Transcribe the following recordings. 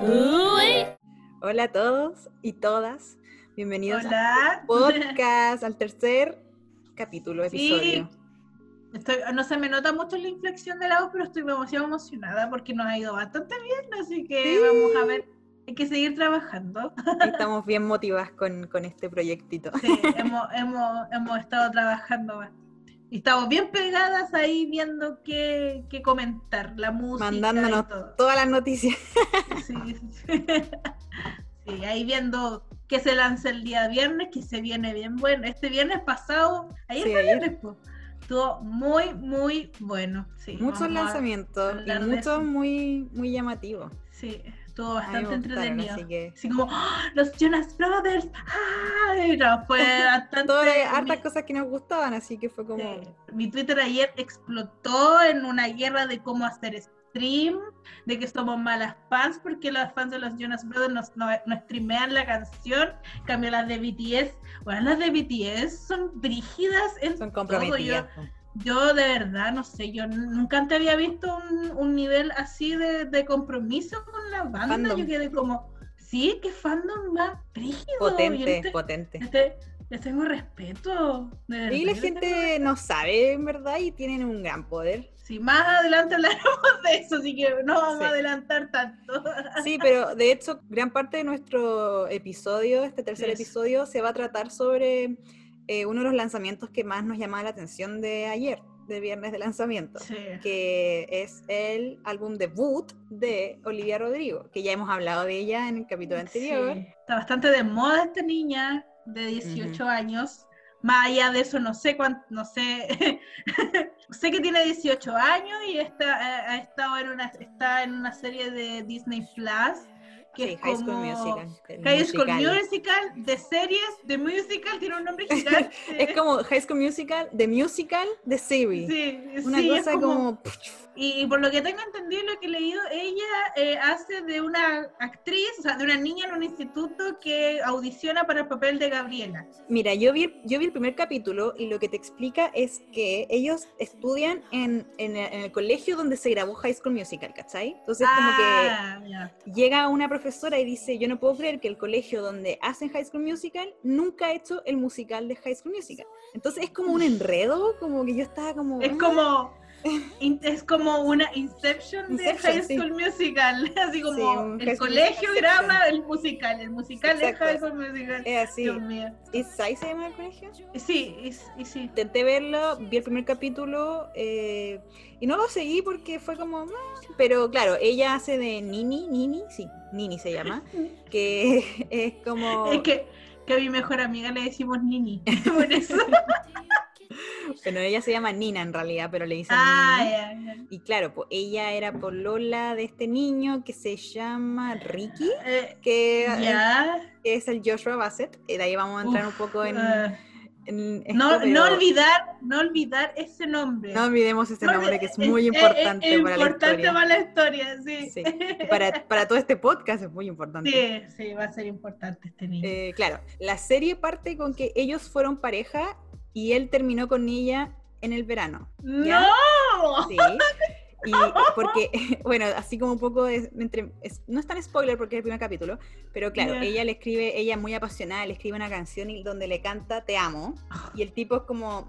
Uy. Hola a todos y todas, bienvenidos Hola. al podcast, al tercer capítulo, episodio. No se me nota mucho la inflexión de la voz, pero estoy demasiado emocionada porque nos ha ido bastante bien, así que Sí. vamos a ver, hay que seguir trabajando. Estamos bien motivadas con este proyectito. Sí, hemos estado trabajando bastante. Y estamos bien pegadas ahí viendo qué comentar, la música Mandándonos y todo. todas las noticias. Sí. Sí, ahí viendo que se lanza el día viernes, que se viene bien bueno. Este viernes pasado, ayer Sí, fue ayer. viernes, po. Estuvo muy bueno. Sí, Muchos vamos a lanzamientos y hablar de muchos eso. muy llamativos. Sí, estuvo A mí me bastante gustaron, entretenido. así que... Así como, ¡oh, los Jonas Brothers! ¡Ay! No, fue bastante... Todas las hartas cosas que nos gustaban, así que fue como... Mi Twitter ayer explotó en una guerra de cómo hacer stream, de que somos malas fans porque los fans de los Jonas Brothers no streamean la canción, en cambio las de BTS, bueno, las de BTS son brígidas en Son todo. comprometidas. Yo de verdad, no sé, yo nunca antes había visto un nivel así de compromiso con la banda. Fandom. Yo quedé como, sí, qué fandom más brígido. Potente. Les tengo respeto. De verdad, Y la les tengo gente respeto. no sabe, en verdad, y tienen un gran poder. Sí, más adelante hablaremos de eso, así que no vamos Sí. a adelantar tanto. Sí, pero de hecho, gran parte de nuestro episodio, este tercer Eso. episodio, se va a tratar sobre uno de los lanzamientos que más nos llamaba la atención de ayer, de viernes de lanzamiento, Sí. que es el álbum debut de Olivia Rodrigo, que ya hemos hablado de ella en el capítulo anterior. Sí. Está bastante de moda esta niña de 18 años. Más allá de eso, no sé cuánto, no sé. Sé que tiene 18 años y ha estado está en una serie de Disney Plus. Que Sí, es High School como Musical. el High School musical. Musical, de series, de musical, tiene un nombre gigante. Es como High School Musical, The Musical, The Series. Sí, Una sí, cosa es como... Y por lo que tengo entendido, lo que he leído, ella hace de una actriz, o sea, de una niña en un instituto que audiciona para el papel de Gabriela. Mira, yo vi el primer capítulo y lo que te explica es que ellos estudian en el colegio donde se grabó High School Musical, ¿cachai? Entonces como que Ya. llega una profesora y dice, yo no puedo creer que el colegio donde hacen High School Musical nunca ha hecho el musical de High School Musical. Entonces es como un enredo, como que yo estaba como... Es como una Inception de High sí. School Musical, así como Sí, el colegio graba el musical Exacto. es High School Musical. Es así. Dios mío. ¿East Side se llama el colegio? Sí, y sí. Intenté verlo, vi el primer capítulo y no lo seguí porque fue como... Pero claro, ella hace de Nini se llama, que es como... Es que a mi mejor amiga le decimos Nini, por eso. Bueno, ella se llama Nina en realidad, pero le dicen Nini. Ya. Y claro, pues ella era polola de este niño que se llama Ricky, que es el Joshua Bassett. De ahí vamos a entrar un poco en esto, no olvidar ese nombre. No olvidemos ese nombre que es muy importante para la historia. Para la historia, sí. Sí. Y para todo este podcast es muy importante. Sí, va a ser importante este niño. Claro, la serie parte con que ellos fueron pareja y él terminó con ella en el verano. ¿ya? ¡No! Sí. Y porque, bueno, así como un poco no es tan spoiler porque es el primer capítulo, pero claro, ella es muy apasionada, le escribe una canción donde le canta Te amo, y el tipo es como,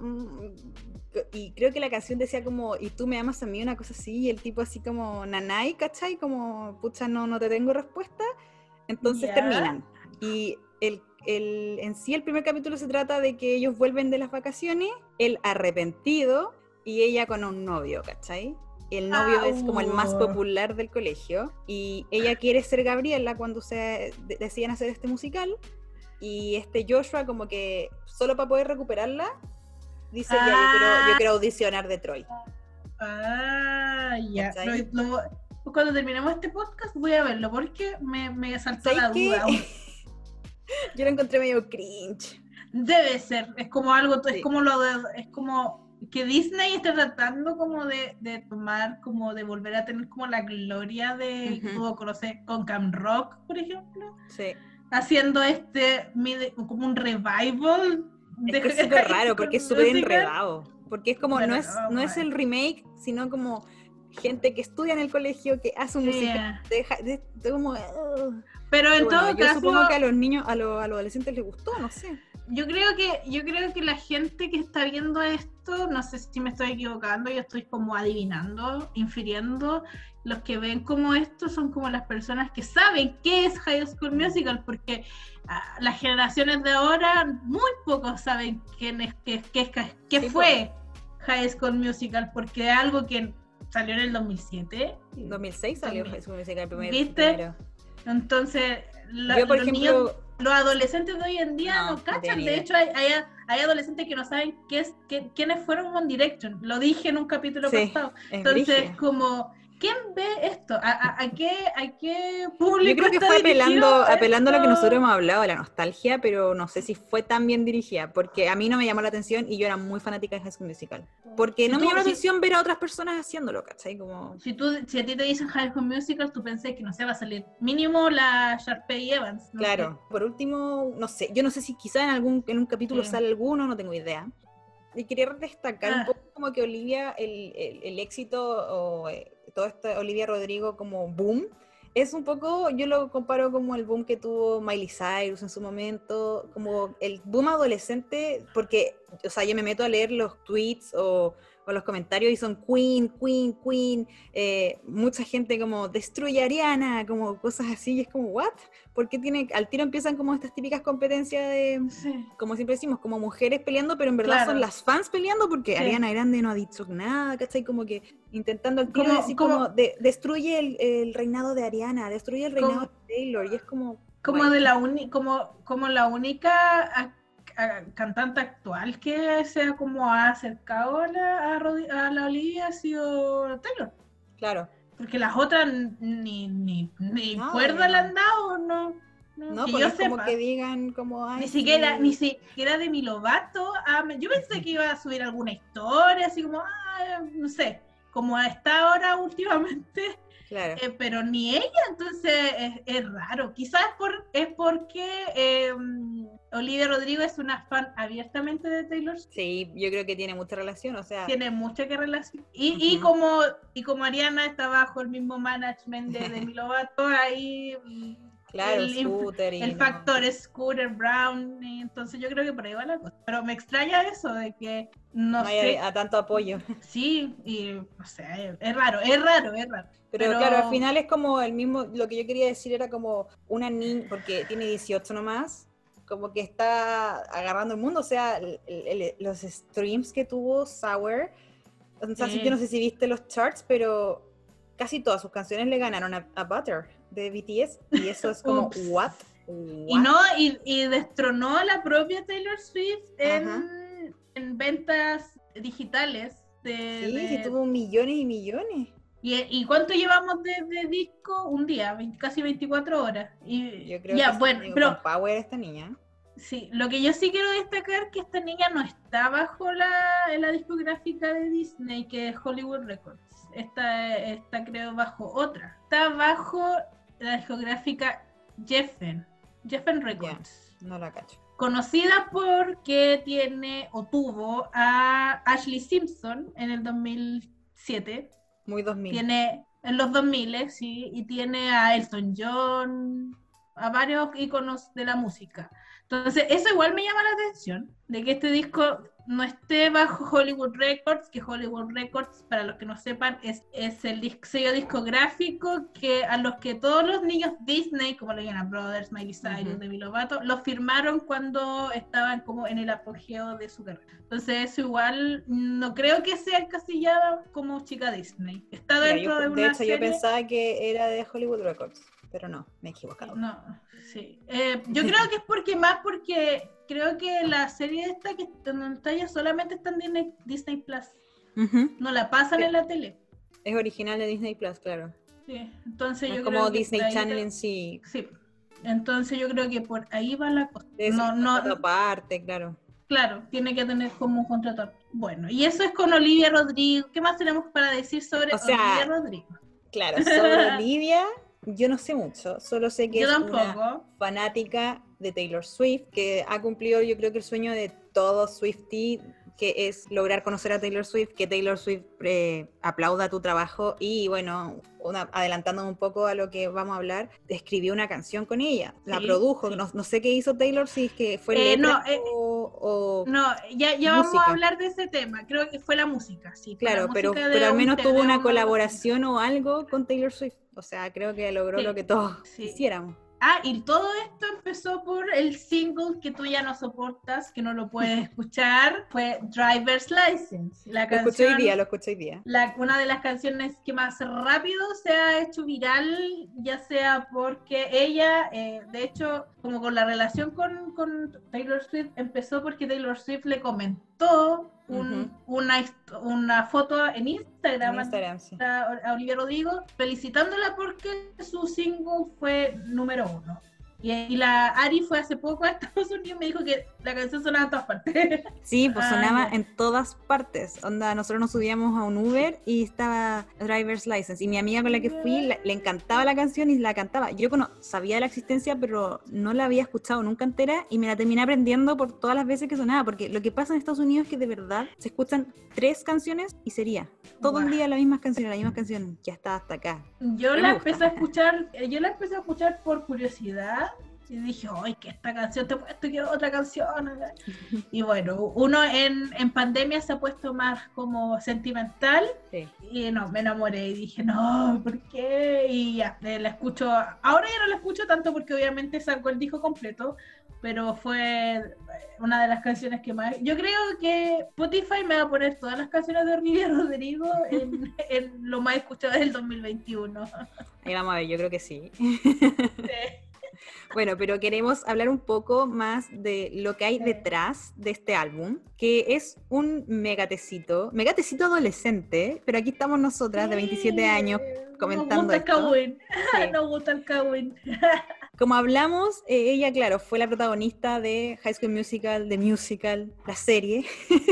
y creo que la canción decía como, y tú me amas a mí, una cosa así, y el tipo así como, nanay, ¿cachai? Como, pucha, no te tengo respuesta, entonces terminan. Y en sí el primer capítulo se trata de que ellos vuelven de las vacaciones, él arrepentido, y ella con un novio, ¿cachai? El novio es como el más popular del colegio y ella quiere ser Gabriela cuando se deciden hacer este musical y este Joshua como que solo para poder recuperarla dice yo quiero audicionar de Troy. Ya. Cuando terminemos este podcast voy a verlo porque me saltó la duda. Yo lo encontré medio cringe. Debe ser, es como algo, sí. es como que Disney está tratando como de tomar, como de volver a tener como la gloria de que puedo conocer con Camp Rock, por ejemplo. Sí. Haciendo como un revival. Es que es súper raro porque es súper enredado. Porque es como, no es el remake, sino como gente que estudia en el colegio, que hace un musical, de como... Pero en todo yo caso, supongo que a los niños, a los adolescentes les gustó, no sé. Yo creo que la gente que está viendo esto, no sé si me estoy equivocando, yo estoy como adivinando, infiriendo, los que ven como esto son como las personas que saben qué es High School Musical, porque las generaciones de ahora muy pocos saben qué fue High School Musical, porque es algo que salió en el 2007. 2006 salió High School Musical primero. ¿Viste? Entonces, yo, por ejemplo, niños, los adolescentes de hoy en día no cachan. De hecho, hay adolescentes que no saben quiénes fueron One Direction. Lo dije en un capítulo pasado. Entonces, como, ¿quién ve esto? ¿A qué público? Yo creo que fue apelando a lo que nosotros hemos hablado, a la nostalgia, pero no sé si fue tan bien dirigida, porque a mí no me llamó la atención y yo era muy fanática de High School Musical. Porque no me llamó la atención ver a otras personas haciéndolo, ¿cachai? Como... Si a ti te dicen High School Musical, tú pensás que, no sé, va a salir mínimo la Sharpay Evans. Claro. Por último, no sé, yo no sé si quizá en un capítulo sale alguno, no tengo idea. Y quería destacar un poco como que Olivia, el éxito, o todo esto, Olivia Rodrigo como boom, es un poco, yo lo comparo como el boom que tuvo Miley Cyrus en su momento, como el boom adolescente, porque, o sea, yo me meto a leer los tweets o los comentarios y son Queen, mucha gente como destruye a Ariana, como cosas así, y es como, ¿what? Porque al tiro empiezan como estas típicas competencias de, como siempre decimos, como mujeres peleando, pero en verdad son las fans peleando, porque Ariana Grande no ha dicho nada, ¿cachai? Como que intentando al tiro decir como destruye el reinado de Ariana, destruye el reinado de Taylor, y es como... Como la única cantante actual que sea como ha acercado a la Olivia ha sido Taylor. Claro. Porque las otras ni cuerda le han dado, no, pues es como que digan como... Ni siquiera Demi Lovato. Yo pensé que iba a subir alguna historia, así como, no sé, como está ahora últimamente. Claro. Pero ni ella, entonces es raro. Quizás es porque Olivia Rodrigo es una fan abiertamente de Taylor Swift. Sí, yo creo que tiene mucha relación, o sea... Tiene mucha que relación. Y como Ariana está bajo el mismo management de Demi Lovato, ahí... Claro, el factor Scooter Brown, entonces yo creo que por ahí va la cosa. Pero me extraña eso de que no sé. A tanto apoyo. Sí, y o sea, es raro. Pero claro, al final es como el mismo, lo que yo quería decir era como una niña, porque tiene 18 nomás, como que está agarrando el mundo, o sea, los streams que tuvo Sour, o sea, yo no sé si viste los charts, pero casi todas sus canciones le ganaron a Butter de BTS, y eso es como, ¿what? Y destronó a la propia Taylor Swift en ventas digitales. Sí, tuvo millones y millones. ¿Y cuánto llevamos de disco? Un día, casi 24 horas. Y yo creo que con power esta niña. Sí, lo que yo sí quiero destacar es que esta niña no está bajo la discográfica de Disney, que es Hollywood Records. Está creo bajo otra. Está bajo la discográfica Geffen Records. No la cacho. Conocida porque tuvo a Ashley Simpson en el 2007. Muy 2000. Tiene en los 2000, sí, y tiene a Elton John, a varios íconos de la música. Entonces, eso igual me llama la atención, de que este disco no esté bajo Hollywood Records, que Hollywood Records, para los que no sepan, es el sello discográfico a los que todos los niños Disney, como los Jonas Brothers, Miley Cyrus, Demi Lovato, los firmaron cuando estaban como en el apogeo de su carrera. Entonces, eso igual no creo que sea encasillada como chica Disney. Está dentro de una De hecho, serie... yo pensaba que era de Hollywood Records, pero no, me he equivocado. No, sí. Yo creo que es porque creo que la serie esta que está en pantalla solamente está en Disney Plus. No la pasan en la tele. Es original de Disney Plus, claro. Sí, entonces no yo es creo como que Disney Channel en sí. Sí. Entonces yo creo que por ahí va la cosa. No aparte, claro. Claro, tiene que tener como un contrato. Bueno, y eso es con Olivia Rodrigo. ¿Qué más tenemos para decir sobre Olivia Rodrigo? Claro, sobre Olivia, yo no sé mucho, solo sé que una fanática de Taylor Swift, que ha cumplido yo creo que el sueño de todo Swiftie, que es lograr conocer a Taylor Swift, que Taylor Swift aplauda tu trabajo y bueno, adelantándome un poco a lo que vamos a hablar, escribió una canción con ella, la produjo, sí. No sé qué hizo Taylor, si es que fue letra o no, ya vamos a hablar de ese tema, creo que fue la música, sí. Claro, pero al menos tuvo una colaboración o algo con Taylor Swift, o sea, creo que logró lo que todos quisiéramos. Y todo esto empezó por el single que tú ya no soportas, que no lo puedes escuchar, fue Driver's License. Lo escuché hoy día. Una de las canciones que más rápido se ha hecho viral, ya sea porque ella, de hecho, como con la relación con Taylor Swift, empezó porque Taylor Swift le comentó una foto en Instagram sí. a Olivia Rodrigo felicitándola porque su single fue número 1 y la Ari fue hace poco a Estados Unidos y me dijo que la canción sonaba en todas partes. Sí, pues sonaba en todas partes. Onda, nosotros nos subíamos a un Uber y estaba Driver's License y mi amiga con la que fui le encantaba la canción y la cantaba. Yo sabía de la existencia pero no la había escuchado nunca entera y me la terminé aprendiendo por todas las veces que sonaba, porque lo que pasa en Estados Unidos es que de verdad se escuchan 3 canciones y sería todo el día las mismas canciones, ya está hasta acá. Yo la empecé a escuchar por curiosidad y dije, ¡ay, que esta canción te he puesto que otra canción! Y bueno, uno en pandemia se ha puesto más como sentimental y no, me enamoré y dije, no, ¿por qué? Y ya, la escucho, ahora ya no la escucho tanto porque obviamente sacó el disco completo, pero fue una de las canciones que más... Yo creo que Spotify me va a poner todas las canciones de Olivia Rodrigo en lo más escuchado del 2021. Ahí vamos a ver, yo creo que sí. Bueno, pero queremos hablar un poco más de lo que hay detrás de este álbum, que es un megatecito adolescente, pero aquí estamos nosotras de 27 años comentando esto. Nos gusta el Kawin. Como hablamos, ella, claro, fue la protagonista de High School Musical, The Musical, la serie,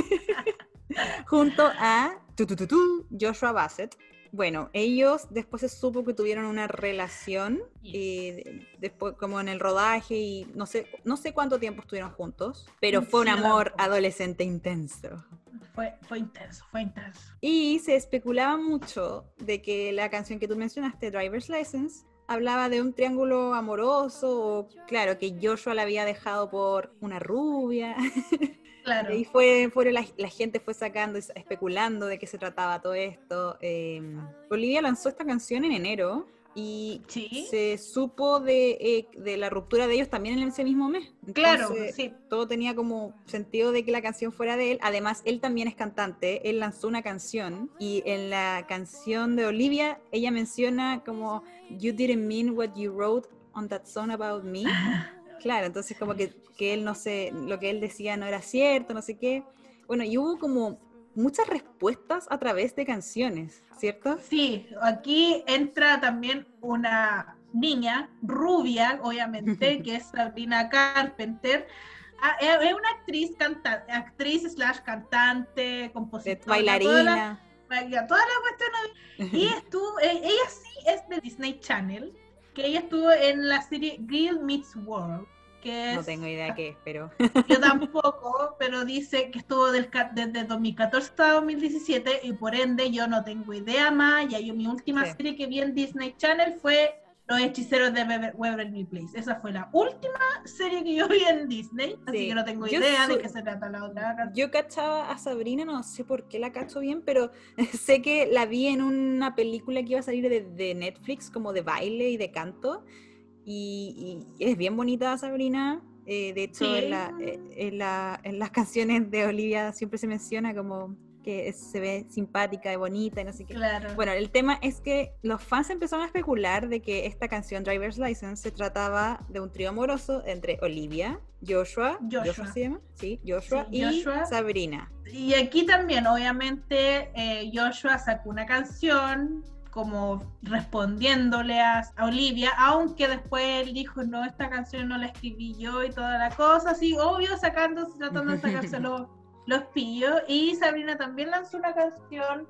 junto a Joshua Bassett. Bueno, ellos después se supo que tuvieron una relación, después como en el rodaje y no sé cuánto tiempo estuvieron juntos, pero fue un amor adolescente intenso. Fue intenso. Y se especulaba mucho de que la canción que tú mencionaste, Driver's License, hablaba de un triángulo amoroso, o, claro, que Joshua la había dejado por una rubia. Claro. Y la gente fue sacando, especulando de qué se trataba todo esto. Olivia lanzó esta canción en enero y se supo de la ruptura de ellos también en ese mismo mes. Entonces, claro, sí. Todo tenía como sentido de que la canción fuera de él. Además, él también es cantante. Él lanzó una canción y en la canción de Olivia ella menciona como "You didn't mean what you wrote on that song about me". Claro, entonces como que él no sé, lo que él decía no era cierto, no sé qué. Bueno, y hubo como muchas respuestas a través de canciones, ¿cierto? Sí, aquí entra también una niña rubia, obviamente, que es Sabrina Carpenter. Es una actriz/cantante, compositora, bailarina. Toda la cuestión. Y ella sí es de Disney Channel, que ella estuvo en la serie Girl Meets World. No tengo idea qué es, pero... Yo tampoco, pero dice que estuvo desde 2014 hasta 2017 y por ende yo no tengo idea más. Mi última serie que vi en Disney Channel fue Los Hechiceros de Waverly Place. Esa fue la última serie que yo vi en Disney, así que no tengo idea de qué se trata la otra. Yo cachaba a Sabrina, no sé por qué la cacho bien, pero sé que la vi en una película que iba a salir de Netflix, como de baile y de canto. Y es bien bonita Sabrina, de hecho en las canciones de Olivia siempre se menciona como que se ve simpática y bonita y no sé qué. Claro. Bueno, el tema es que los fans empezaron a especular de que esta canción Driver's License se trataba de un trío amoroso entre Olivia, Joshua se llama, sí, Joshua y Sabrina. Y aquí también obviamente Joshua sacó una canción como respondiéndole a Olivia, aunque después él dijo, no, esta canción no la escribí yo y toda la cosa, así, obvio, tratando de sacarse los pillos. Y Sabrina también lanzó una canción,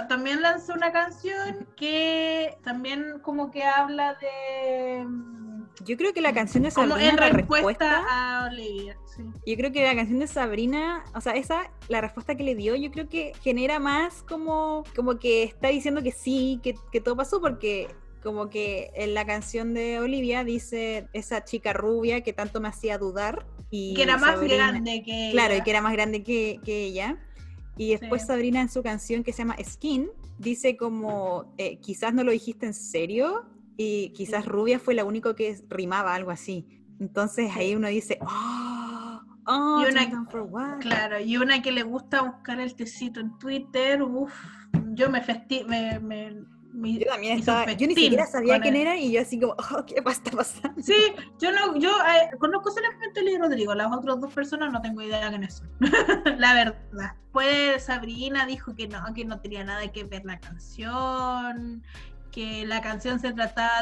que también como que habla Yo creo que la canción de como Sabrina, en la respuesta respuesta, a Olivia. Sí. yo creo que la canción de Sabrina, o sea, la respuesta que le dio, yo creo que genera más como que está diciendo que sí, que todo pasó, porque como que en la canción de Olivia dice esa chica rubia que tanto me hacía dudar, Que era y más Sabrina, grande que claro, y ella. que era más grande que ella. Y después Sí. Sabrina en su canción que se llama Skin dice como, quizás no lo dijiste en serio, y quizás Sí. rubia fue la única que rimaba, algo así. Entonces Sí. ahí uno dice, Y turn una, down for what? claro, y una que le gusta buscar el tecito en Twitter, yo me Yo también hice un estaba, yo ni siquiera festín sabía con quién él. era, y yo así como, ¿qué está Sí, pasando? yo conozco solamente a Olivia Rodrigo, las otras dos personas no tengo idea de quiénes son, la verdad. Pues Sabrina dijo que no tenía nada que ver la canción, que la canción se trataba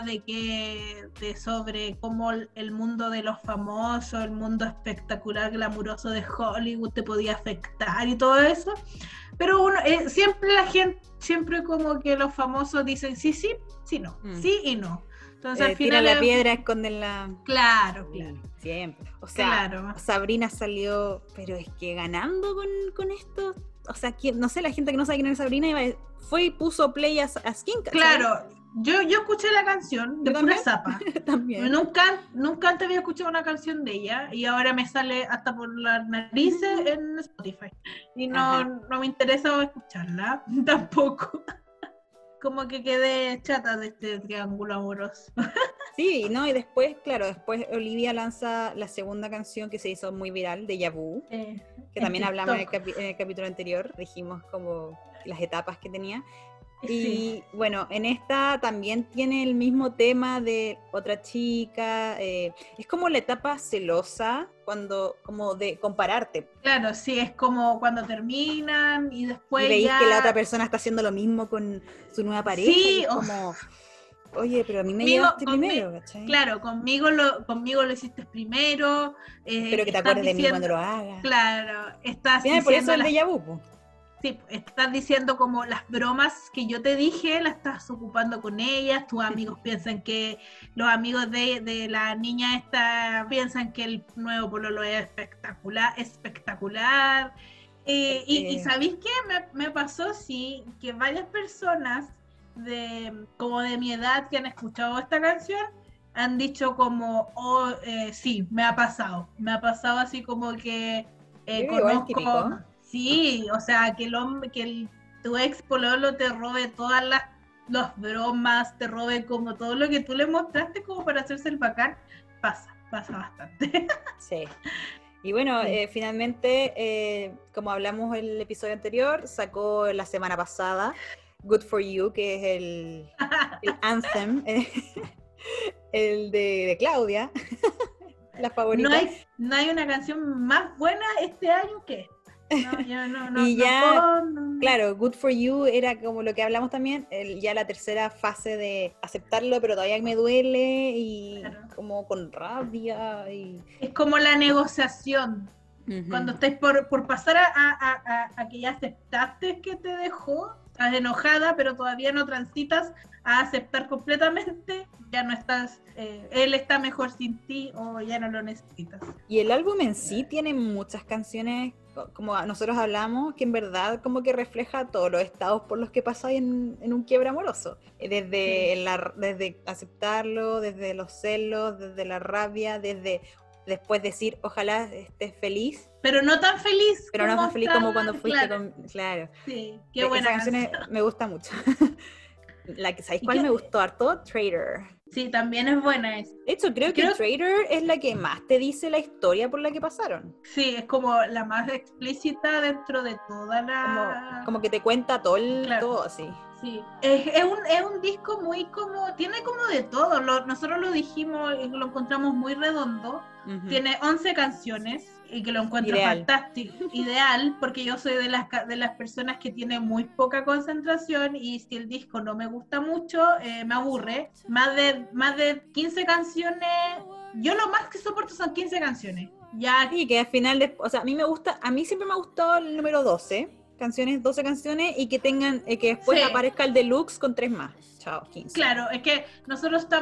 de sobre cómo el mundo de los famosos, el mundo espectacular, glamuroso de Hollywood te podía afectar y todo eso. Pero siempre la gente, siempre como que los famosos dicen sí, sí, sí, no, sí y no. Entonces al Tiran final la piedra, esconden la... Claro. Siempre. O sea, Claro. Sabrina salió, pero es que ganando con esto. O sea, no sé, la gente que no sabe quién es Sabrina fue y puso play a Skin, ¿cachai? Claro, yo escuché la canción de ¿Yo pura también? zapa. También. Nunca antes había escuchado una canción de ella y ahora me sale hasta por las narices en Spotify. Y no me interesa escucharla tampoco. Como que quedé chata de este triángulo amoroso. Sí, ¿no? Y después Olivia lanza la segunda canción que se hizo muy viral, de Vu, que también hablamos en el capítulo anterior, dijimos como las etapas que tenía. Y sí. bueno, en esta también tiene el mismo tema de otra chica, es como la etapa celosa, como de compararte. Claro, sí, es como cuando terminan y después y veis ya... que la otra persona está haciendo lo mismo con su nueva pareja, sí, y es como, oye, pero a mí me llevaste primero, ¿cachai? Claro, conmigo lo hiciste primero. Espero que te acuerdes de mí cuando lo hagas. Claro, estás Viene por eso diciendo el déjà vu. Sí, estás diciendo como las bromas que yo te dije, las estás ocupando con ellas, tus amigos piensan que, los amigos de la niña esta piensan que el nuevo pololo es espectacular. Y ¿sabéis qué? Me pasó, sí, que varias personas como de mi edad que han escuchado esta canción han dicho como, sí, me ha pasado así como que conozco... Sí, o sea, que tu ex pololo te robe todas las bromas, te robe como todo lo que tú le mostraste como para hacerse el bacán, pasa bastante. Sí. Y bueno, finalmente, como hablamos en el episodio anterior, sacó la semana pasada Good For You, que es el anthem, el de Claudia, la favorita. No hay una canción más buena este año que esta. Claro, Good For You era como lo que hablamos también, ya la tercera fase de aceptarlo, pero todavía me duele, y como con rabia. Es como la negociación. Cuando estés por pasar a que ya aceptaste que te dejó, estás enojada, pero todavía no transitas a aceptar completamente, ya no estás, él está mejor sin ti o ya no lo necesitas. Y el álbum en sí tiene muchas canciones, como nosotros hablamos, que en verdad como que refleja todos los estados por los que pasáis en un quiebre amoroso. Desde aceptarlo, desde los celos, desde la rabia, desde después decir, ojalá estés feliz. Pero no tan feliz. Pero no tan feliz como cuando fuiste con... Claro. Sí, qué buena canción. Me gusta mucho. ¿Sabéis cuál me gustó harto? Traitor. Sí, también es buena esa. De hecho, creo que Traitor es la que más te dice la historia por la que pasaron. Sí, es como la más explícita dentro de toda la... Como que te cuenta todo así. Sí, es un disco muy como... Tiene como de todo. Nosotros lo dijimos y lo encontramos muy redondo. Uh-huh. Tiene 11 canciones y que lo encuentro fantástico, ideal, porque yo soy de las personas que tienen muy poca concentración y si el disco no me gusta mucho, me aburre. Más de 15 canciones, yo lo más que soporto son 15 canciones. Ya. Sí, que al final, o sea, a mí siempre me ha gustado el número 12 canciones, y que tengan, que después aparezca el deluxe con 3 más. Chao, 15. Claro, es que nosotros estamos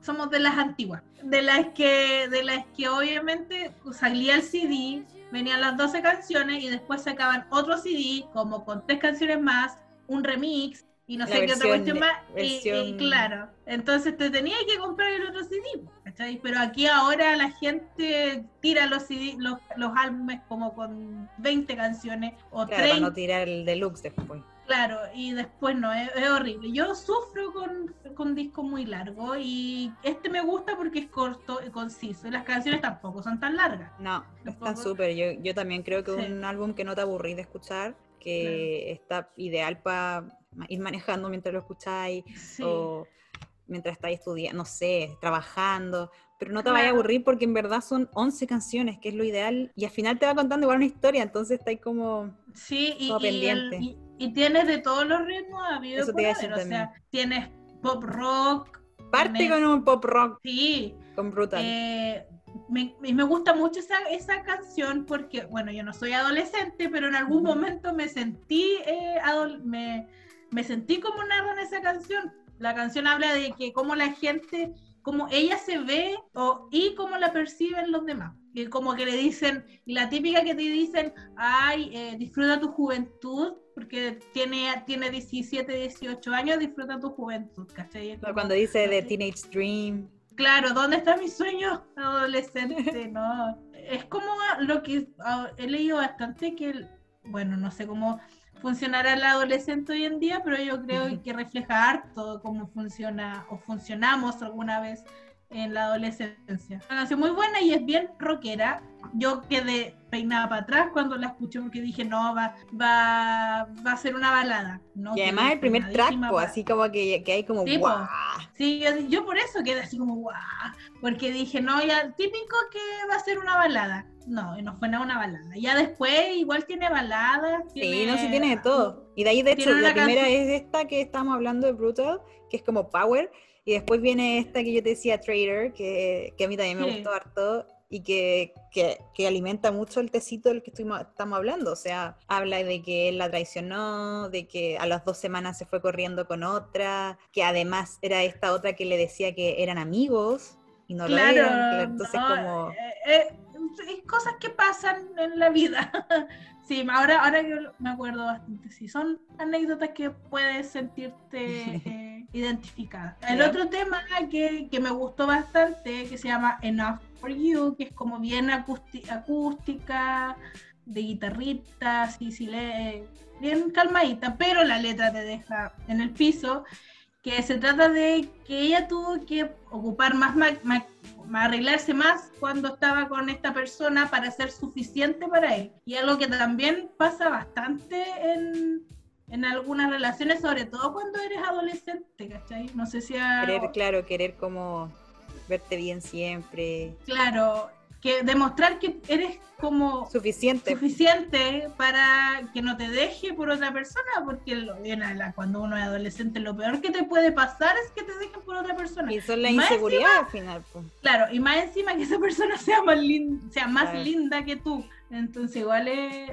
somos de las antiguas, de las que obviamente salía el CD, venían las 12 canciones y después sacaban otro CD como con 3 canciones más, un remix y no sé qué otra cuestión más, y claro, entonces te tenías que comprar el otro CD, ¿cachai? Pero aquí ahora la gente tira los CD, los álbumes como con 20 canciones o claro, 30. Para no tirar el deluxe después. Claro, y después no, es horrible. Yo sufro con discos muy largos y este me gusta porque es corto y conciso. Y las canciones tampoco son tan largas. No, están súper. Yo también creo que Sí. un álbum que no te aburrís de escuchar, que está ideal para ir manejando mientras lo escucháis, Sí. o mientras estáis estudiando, no sé, trabajando, pero no te Claro. vayas a aburrir porque en verdad son 11 canciones, que es lo ideal, y al final te va contando igual una historia, entonces estáis como, Sí, como pendiente. y tienes de todos los ritmos habido Eso por te iba a haber, decir o también. sea, tienes pop rock. Parte tienes, con un pop rock, sí, con Brutal. me gusta mucho esa canción porque, bueno, yo no soy adolescente, pero en algún momento me sentí me sentí como narra en esa canción. La canción habla de que cómo la gente, cómo ella se ve y cómo la perciben los demás. Y como que le dicen, la típica que te dicen, ay, disfruta tu juventud, porque tiene 17, 18 años, disfruta tu juventud, ¿cachai? Cuando dice The Teenage Dream. Claro, ¿dónde está mi sueño adolescente? No, es como lo que he leído bastante que, bueno, no sé cómo funcionará el adolescente hoy en día, pero yo creo que refleja harto cómo funciona o funcionamos alguna vez en la adolescencia. Una canción muy buena y es bien rockera. Yo quedé peinada para atrás cuando la escuché porque dije, no, va a ser una balada. No, y además el primer track, así como que hay como sí, guau. Sí, yo por eso quedé así como guau, porque dije, no, ya típico que va a ser una balada. No, y no fue nada una balada. Ya después igual tiene baladas. Sí, no, sí tiene de todo. Y de ahí, de hecho, la primera es esta que estamos hablando de Brutal, que es como Power, y después viene esta que yo te decía, Trader, que a mí también me gustó harto, y que alimenta mucho el tecito del que estamos hablando. O sea, habla de que él la traicionó, de que a las 2 semanas se fue corriendo con otra, que además era esta otra que le decía que eran amigos, y no lo eran. Entonces como... es cosas que pasan en la vida. Sí, ahora que me acuerdo bastante, sí, son anécdotas que puedes sentirte identificada. El otro tema que me gustó bastante, que se llama Enough for You, que es como bien acústica, de guitarrita, bien calmadita, pero la letra te deja en el piso, que se trata de que ella tuvo que ocupar arreglarse más cuando estaba con esta persona para ser suficiente para él. Y algo que también pasa bastante en algunas relaciones, sobre todo cuando eres adolescente, ¿cachai? No sé si querer como verte bien siempre. Claro, que demostrar que eres como suficiente para que no te deje por otra persona, porque cuando uno es adolescente lo peor que te puede pasar es que te dejen por otra persona. Y son la inseguridad al final. Pues. Claro, y más encima que esa persona sea más linda que tú. Entonces igual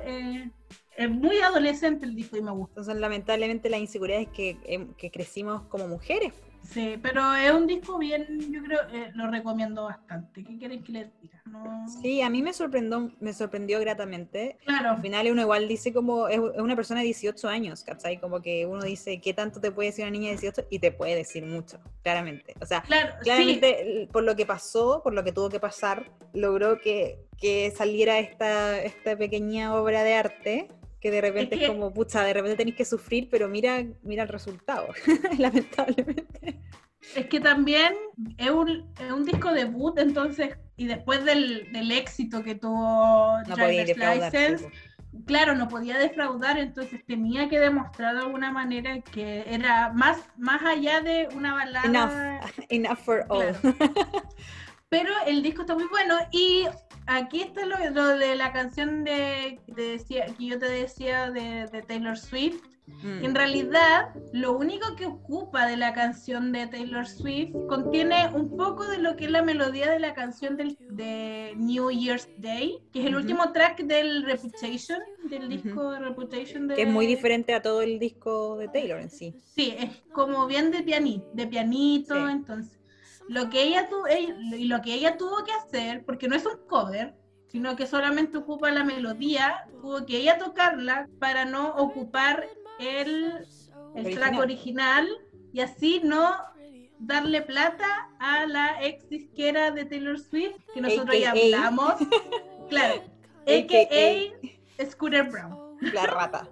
es muy adolescente el disco y me gusta. Entonces lamentablemente las inseguridades que crecimos como mujeres. Sí, pero es un disco bien, yo creo, lo recomiendo bastante. ¿Qué quieren que les diga? No... Sí, a mí me sorprendió gratamente. Claro. Al final uno igual dice como, es una persona de 18 años, ¿cachai? Como que uno dice, ¿qué tanto te puede decir una niña de 18? Y te puede decir mucho, claramente. O sea, claramente por lo que pasó, por lo que tuvo que pasar, logró que saliera esta pequeña obra de arte, que de repente es como, pucha, de repente tenés que sufrir, pero mira el resultado, lamentablemente. Es que también es un disco debut, entonces, y después del éxito que tuvo Driver's License, claro, no podía defraudar, entonces tenía que demostrar de alguna manera que era más allá de una balada. Enough for all. Pero el disco está muy bueno y aquí está lo de la canción que yo te decía de Taylor Swift. En realidad, lo único que ocupa de la canción de Taylor Swift contiene un poco de lo que es la melodía de la canción de New Year's Day, que es el último track del Reputation, del disco de Reputation. Que es muy diferente a todo el disco de Taylor en sí. Sí, es como bien de pianito, sí. Entonces... lo que ella tuvo que hacer, porque no es un cover, sino que solamente ocupa la melodía, tuvo que ella tocarla para no ocupar el track original y así no darle plata a la ex disquera de Taylor Swift, que nosotros ya hablamos. Claro, a.k.a. Scooter Braun. La rata.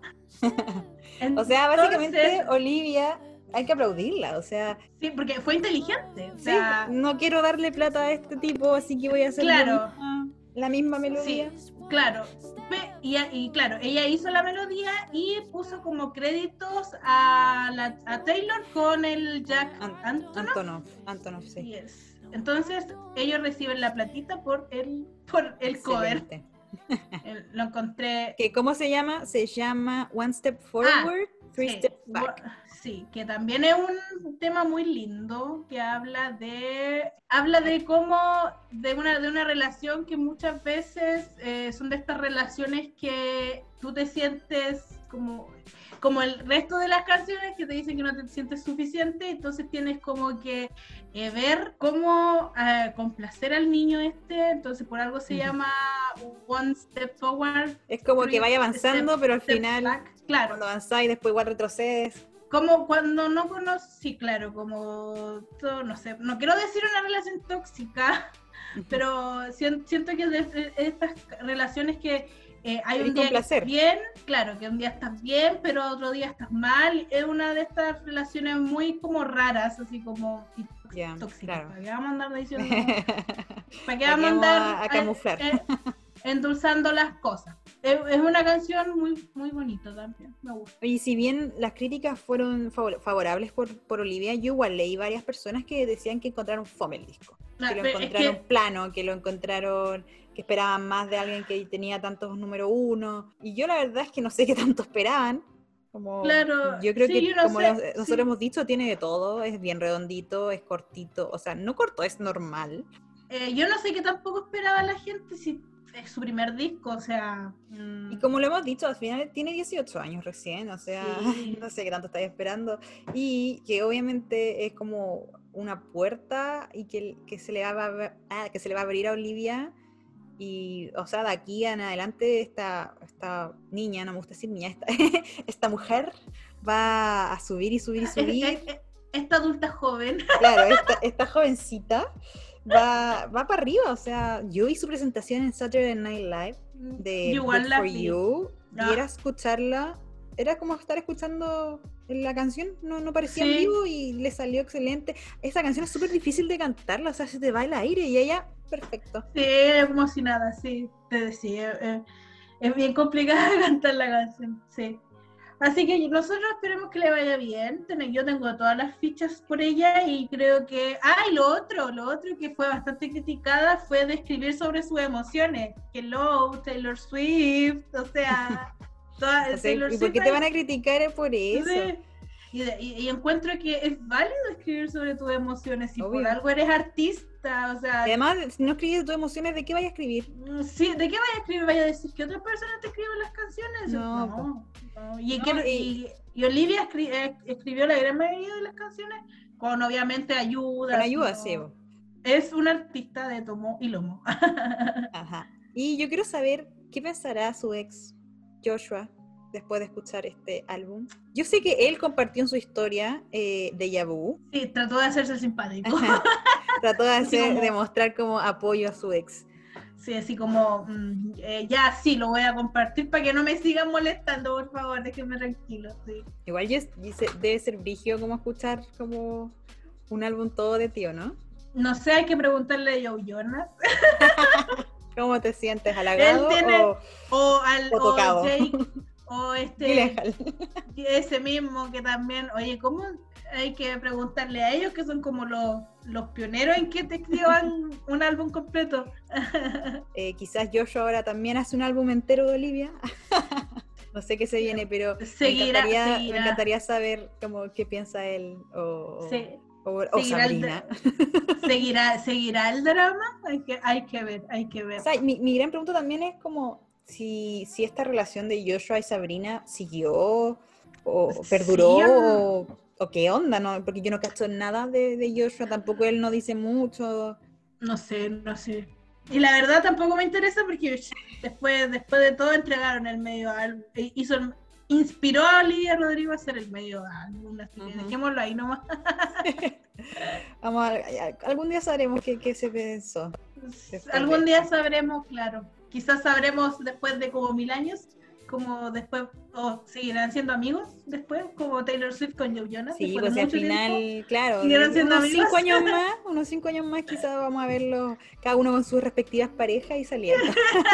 O sea, básicamente Olivia, hay que aplaudirla, o sea... Sí, porque fue inteligente. O sea, sí, no quiero darle plata a este tipo, así que voy a hacer la misma melodía. Sí, claro. Y claro, ella hizo la melodía y puso como créditos a Taylor con el Jack Antonoff, sí. Yes. Entonces, ellos reciben la platita por el cover. Lo encontré. ¿Cómo se llama? Se llama One Step Forward, Three Steps Back. Sí, que también es un tema muy lindo, que habla de cómo, de una relación que muchas veces son de estas relaciones que tú te sientes como el resto de las canciones que te dicen que no te sientes suficiente, entonces tienes como que ver cómo complacer al niño entonces por algo se llama One Step Forward. Es como que vaya avanzando, pero al final, claro, cuando avanzáis, después igual retrocedes. Como cuando no conoces, sí, claro, como, no sé, no quiero decir una relación tóxica, pero siento que de estas relaciones que hay un día que estás bien, claro, que un día estás bien, pero otro día estás mal, es una de estas relaciones muy como raras, así como tóxicas. Claro. ¿Para qué vamos a andar diciendo? ¿Para qué vamos a andar a camuflar? Endulzando las cosas. Es una canción muy, muy bonita también, me gusta. Y si bien las críticas fueron favorables por Olivia, yo igual leí varias personas que decían que encontraron fome el disco, que lo encontraron plano, que lo encontraron, que esperaban más de alguien que tenía tantos número uno, y yo la verdad es que no sé qué tanto esperaban. Claro, yo creo que como nosotros hemos dicho, tiene de todo, es bien redondito, es cortito, o sea, no corto, es normal. Yo no sé qué tampoco esperaba la gente, si es su primer disco, o sea... Y como lo hemos dicho, al final tiene 18 años recién, o sea, sí. No sé qué tanto estáis esperando. Y que obviamente es como una puerta y que se le va a abrir a Olivia. Y, o sea, de aquí en adelante esta niña, no me gusta decir niña, esta mujer va a subir y subir y subir. Esta adulta joven. Claro, esta jovencita. Va para arriba, o sea, yo vi su presentación en Saturday Night Live de Good For You, y era escucharla, era como estar escuchando la canción, no parecía en vivo y le salió excelente. Esa canción es súper difícil de cantarla, o sea, se te va el aire y ella, perfecto. Sí, como si nada, sí, te decía, es bien complicada cantar la canción, sí. Así que nosotros esperemos que le vaya bien. Yo tengo todas las fichas por ella y creo que... y lo otro que fue bastante criticada fue de escribir sobre sus emociones. Hello, Taylor Swift, o sea... Taylor Swift, ¿y por qué te van a criticar por eso? Sí. Y encuentro que es válido escribir sobre tus emociones, si por algo eres artista, o sea... Y además, si no escribes tus emociones, ¿de qué vayas a escribir? Sí, ¿de qué vayas a escribir? ¿Vaya a decir que otras personas te escriben las canciones? No. Y Olivia escribió la gran mayoría de las canciones con obviamente ayuda. Con ayuda, sí. Es una artista de tomo y lomo. Ajá. Y yo quiero saber qué pensará su ex Joshua después de escuchar este álbum. Yo sé que él compartió en su historia Deja Vu. Sí, trató de hacerse simpático. Trató de mostrar como apoyo a su ex. Sí, así como, ya sí, lo voy a compartir para que no me sigan molestando, por favor, déjenme tranquilo. Sí. Igual debe ser brígido como escuchar como un álbum todo de ti, ¿no? No sé, hay que preguntarle a Joe Jonas. ¿Cómo te sientes? ¿Halagado o tocado? O Jake, o ese mismo que también, oye, ¿cómo? Hay que preguntarle a ellos, que son como los pioneros en que te escriban un álbum completo. Quizás Joshua ahora también hace un álbum entero de Olivia. No sé qué se viene, pero me encantaría saber como qué piensa él o Sabrina. ¿Seguirá el drama? Hay que ver. O sea, mi gran pregunta también es como si esta relación de Joshua y Sabrina siguió o perduró o qué onda, ¿no? Porque yo no cacho nada de Joshua, tampoco él no dice mucho. No sé. Y la verdad tampoco me interesa porque después de todo entregaron el medio álbum, inspiró a Olivia Rodrigo a hacer el medio álbum, así que dejémoslo ahí nomás. Algún día sabremos qué se pensó. Algún día sabremos, claro. Quizás sabremos después de como 1000 años, como después, o seguirán siendo amigos después, como Taylor Swift con Joe Jonas. Sí, pues al final, claro, unos 5 años más quizás vamos a verlos cada uno con sus respectivas parejas y saliendo.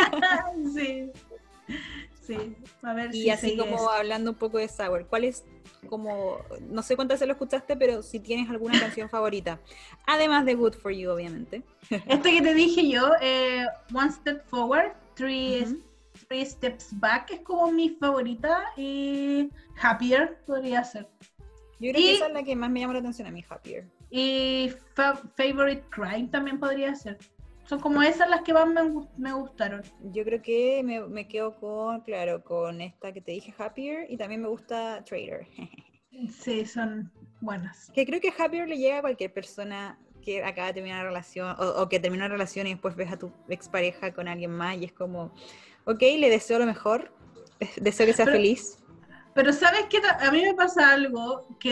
Sí, a ver y si así como hablando un poco de Sour, ¿cuál es como, no sé cuántas se lo escuchaste, pero si tienes alguna canción favorita? Además de Good For You, obviamente. Este que te dije yo, One Step Forward, Three Steps Back, es como mi favorita, y Happier podría ser. Yo creo que esa es la que más me llama la atención a mí, Happier. Y Favorite Crime también podría ser. Son como esas las que más me gustaron. Yo creo que me quedo con esta que te dije, Happier, y también me gusta Trader. Sí, son buenas. Que creo que Happier le llega a cualquier persona que acaba de terminar una relación, o que termina una relación y después ves a tu expareja con alguien más y es como, ok, le deseo lo mejor, deseo que sea feliz. Pero ¿sabes qué? A mí me pasa algo que...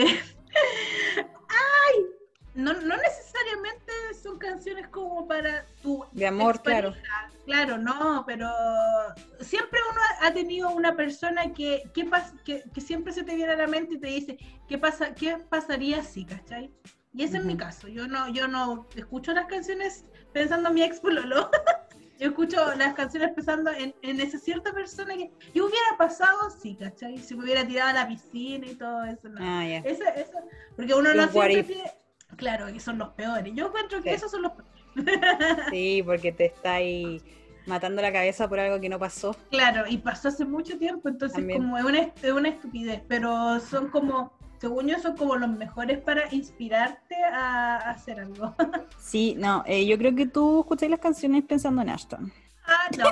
¡Ay! No necesariamente son canciones como para tu de amor, claro. Claro, no, pero siempre uno ha tenido una persona que siempre se te viene a la mente y te dice, ¿qué pasaría si, cachai? Y ese es mi caso. Yo no escucho las canciones pensando en mi ex pololo. Yo escucho las canciones pensando en esa cierta persona que yo hubiera pasado, sí, ¿cachai? Si me hubiera tirado a la piscina y todo eso. No. Eso, porque uno no siempre tiene... Claro, que son los peores. Yo encuentro que esos son los peores. Sí, porque te está ahí matando la cabeza por algo que no pasó. Claro, y pasó hace mucho tiempo, entonces también. Como es una estupidez, pero son como, según yo, son como los mejores para inspirarte a hacer algo. Sí, no, yo creo que tú escucháis las canciones pensando en Ashton. No.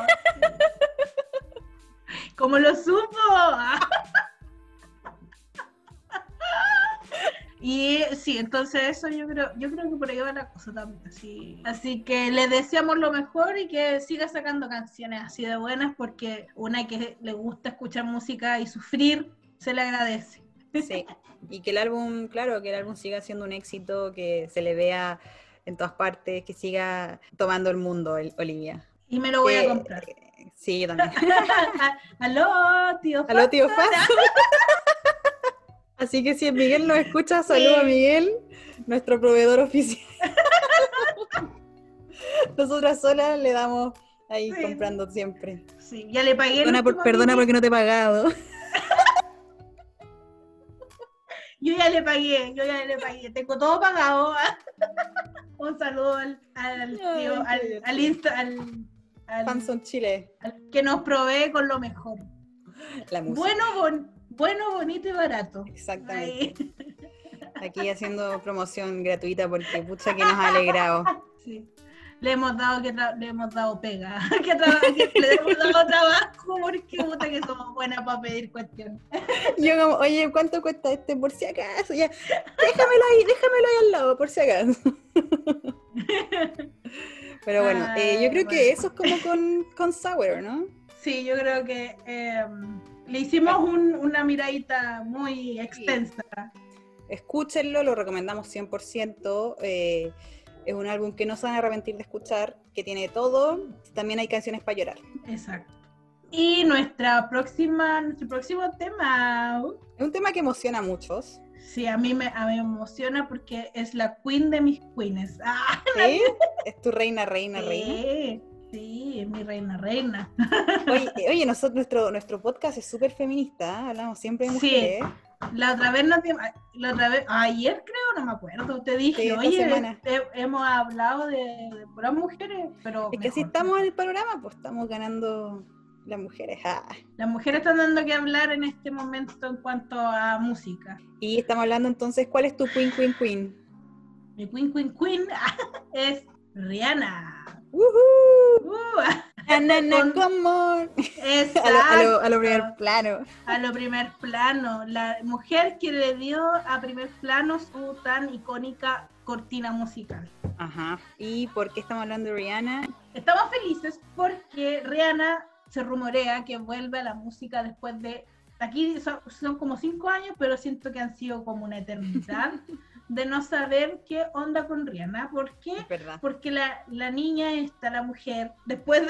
¿Cómo lo supo? Y sí, entonces eso yo creo que por ahí va la cosa también. Así que le deseamos lo mejor y que siga sacando canciones así de buenas, porque una que le gusta escuchar música y sufrir, se le agradece. Sí, y que el álbum siga siendo un éxito, que se le vea en todas partes, que siga tomando el mundo, Olivia. Y me lo voy a comprar. Sí, yo también. Aló, tío Faso. Aló, tío Faso. Así que si Miguel nos escucha, saludo a Miguel, nuestro proveedor oficial. Nosotras solas le damos ahí comprando siempre. Sí, ya le pagué. Perdona porque no te he pagado. Yo ya le pagué. Tengo todo pagado. Un saludo al tío, al Insta, al Fanson Chile. Al que nos provee con lo mejor. La música. Bueno, bonito y barato. Exactamente. Ahí. Aquí haciendo promoción gratuita porque pucha que nos ha alegrado. Sí. Le hemos dado pega. Le hemos dado trabajo porque puta que somos buenas para pedir cuestiones. Yo como, oye, ¿cuánto cuesta este? Por si acaso. Ya, déjamelo ahí al lado, por si acaso. Pero bueno, yo creo que eso es como con Sour, ¿no? Sí, yo creo que le hicimos una miradita muy extensa. Sí. Escúchenlo, lo recomendamos 100%. Es un álbum que no se van a arrepentir de escuchar, que tiene todo. También hay canciones para llorar. Exacto. Y nuestro próximo tema. Es un tema que emociona a muchos. Sí, a mí me emociona porque es la queen de mis queens. ¿Sí? ¿Es tu reina? Sí, es mi reina. Oye, nuestro podcast es súper feminista, ¿eh? Hablamos siempre de mujeres. Sí. La otra vez, ayer creo, no me acuerdo, te dije, oye, hemos hablado de puras mujeres, pero... Es que así estamos en el panorama, pues estamos ganando las mujeres. Las mujeres están dando que hablar en este momento en cuanto a música. Y estamos hablando entonces, ¿cuál es tu queen? Mi queen es Rihanna. Come on. Exacto. A lo primer plano. A lo primer plano. La mujer que le dio a primer plano su tan icónica cortina musical. Ajá. ¿Y por qué estamos hablando de Rihanna? Estamos felices porque Rihanna se rumorea que vuelve a la música después de... Aquí son como 5 años, pero siento que han sido como una eternidad de no saber qué onda con Rihanna. ¿Por qué? Porque la niña esta, la mujer, después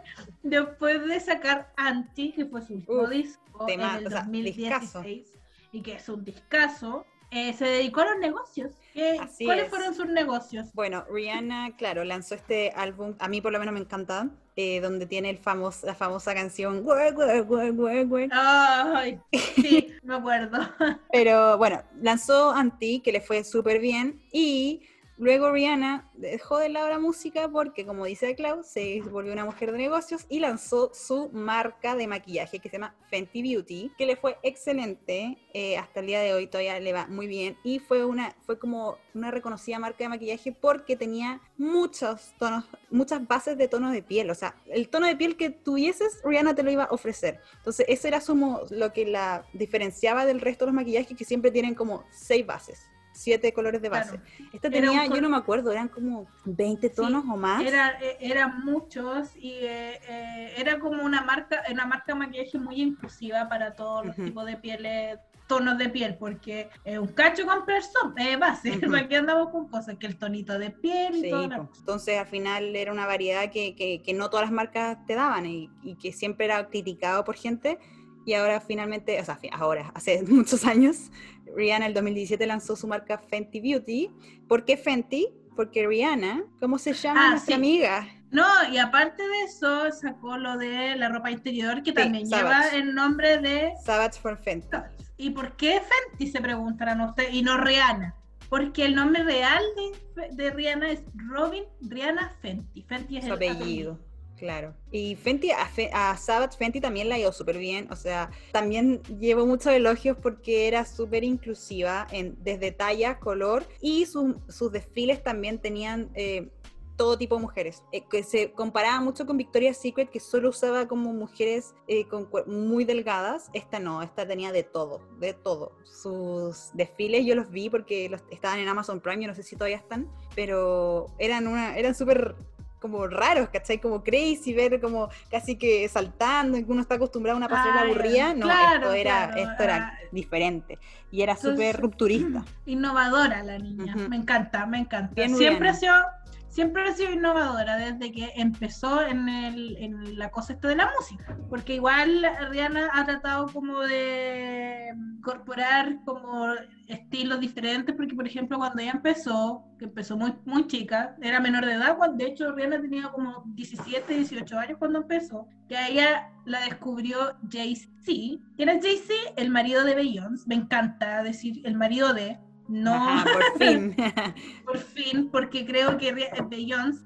de sacar Anti, que fue su último disco en el 2016, y que es un discazo, se dedicó a los negocios. ¿Cuáles fueron sus negocios? Bueno, Rihanna, claro, lanzó este álbum, a mí por lo menos me encanta, donde tiene la famosa canción Work, Work, Work, Work, Work. Ay, sí, me acuerdo. Pero bueno, lanzó Anti, que le fue súper bien, y luego Rihanna dejó de lado la música porque, como dice Clau, se volvió una mujer de negocios y lanzó su marca de maquillaje que se llama Fenty Beauty, que le fue excelente, hasta el día de hoy todavía le va muy bien, y fue como una reconocida marca de maquillaje porque tenía muchas bases de tonos de piel, o sea, el tono de piel que tuvieses, Rihanna te lo iba a ofrecer. Entonces ese era lo que la diferenciaba del resto de los maquillajes, que siempre tienen como 6 bases. 7 colores de base. Claro. Esta tenía, yo no me acuerdo, eran como 20 tonos o más. Eran muchos y era como una marca de maquillaje muy inclusiva para todos los tipos de pieles, tonos de piel, porque un cacho comprar base, ¿para qué andamos con cosas? Que el tonito de piel y todo. Entonces al final era una variedad que no todas las marcas te daban y que siempre era criticado por gente. Y ahora finalmente, hace muchos años, Rihanna en el 2017 lanzó su marca Fenty Beauty. ¿Por qué Fenty? Porque Rihanna, ¿cómo se llama nuestra amiga? No, y aparte de eso, sacó lo de la ropa interior, que también lleva el nombre de... Savage for Fenty. ¿Y por qué Fenty, se preguntarán ustedes, y no Rihanna? Porque el nombre real de Rihanna es Robin Rihanna Fenty. Fenty es su apellido. Claro. Y Fenty, a Savage Fenty también la ha ido súper bien, o sea, también llevó muchos elogios porque era súper inclusiva desde talla, color, y sus desfiles también tenían todo tipo de mujeres, que se comparaba mucho con Victoria's Secret, que solo usaba como mujeres muy delgadas. Esta no, esta tenía de todo. Sus desfiles yo los vi porque estaban en Amazon Prime, yo no sé si todavía están, pero eran súper como raros, ¿cachai? Como crazy, ver como casi que saltando, y uno está acostumbrado a una pasarela aburrida. No, esto era diferente. Y era súper rupturista. Innovadora la niña, me encanta. Bien, Siempre ha sido innovadora desde que empezó en la cosa de la música, porque igual Rihanna ha tratado como de incorporar como estilos diferentes, porque por ejemplo cuando ella empezó muy, muy chica, era menor de edad, de hecho Rihanna tenía como 17, 18 años cuando empezó, que a ella la descubrió Jay-Z. ¿Quién es Jay-Z? El marido de Beyoncé, me encanta decir el marido de... No, ajá, por fin. Por fin, porque creo que Beyoncé,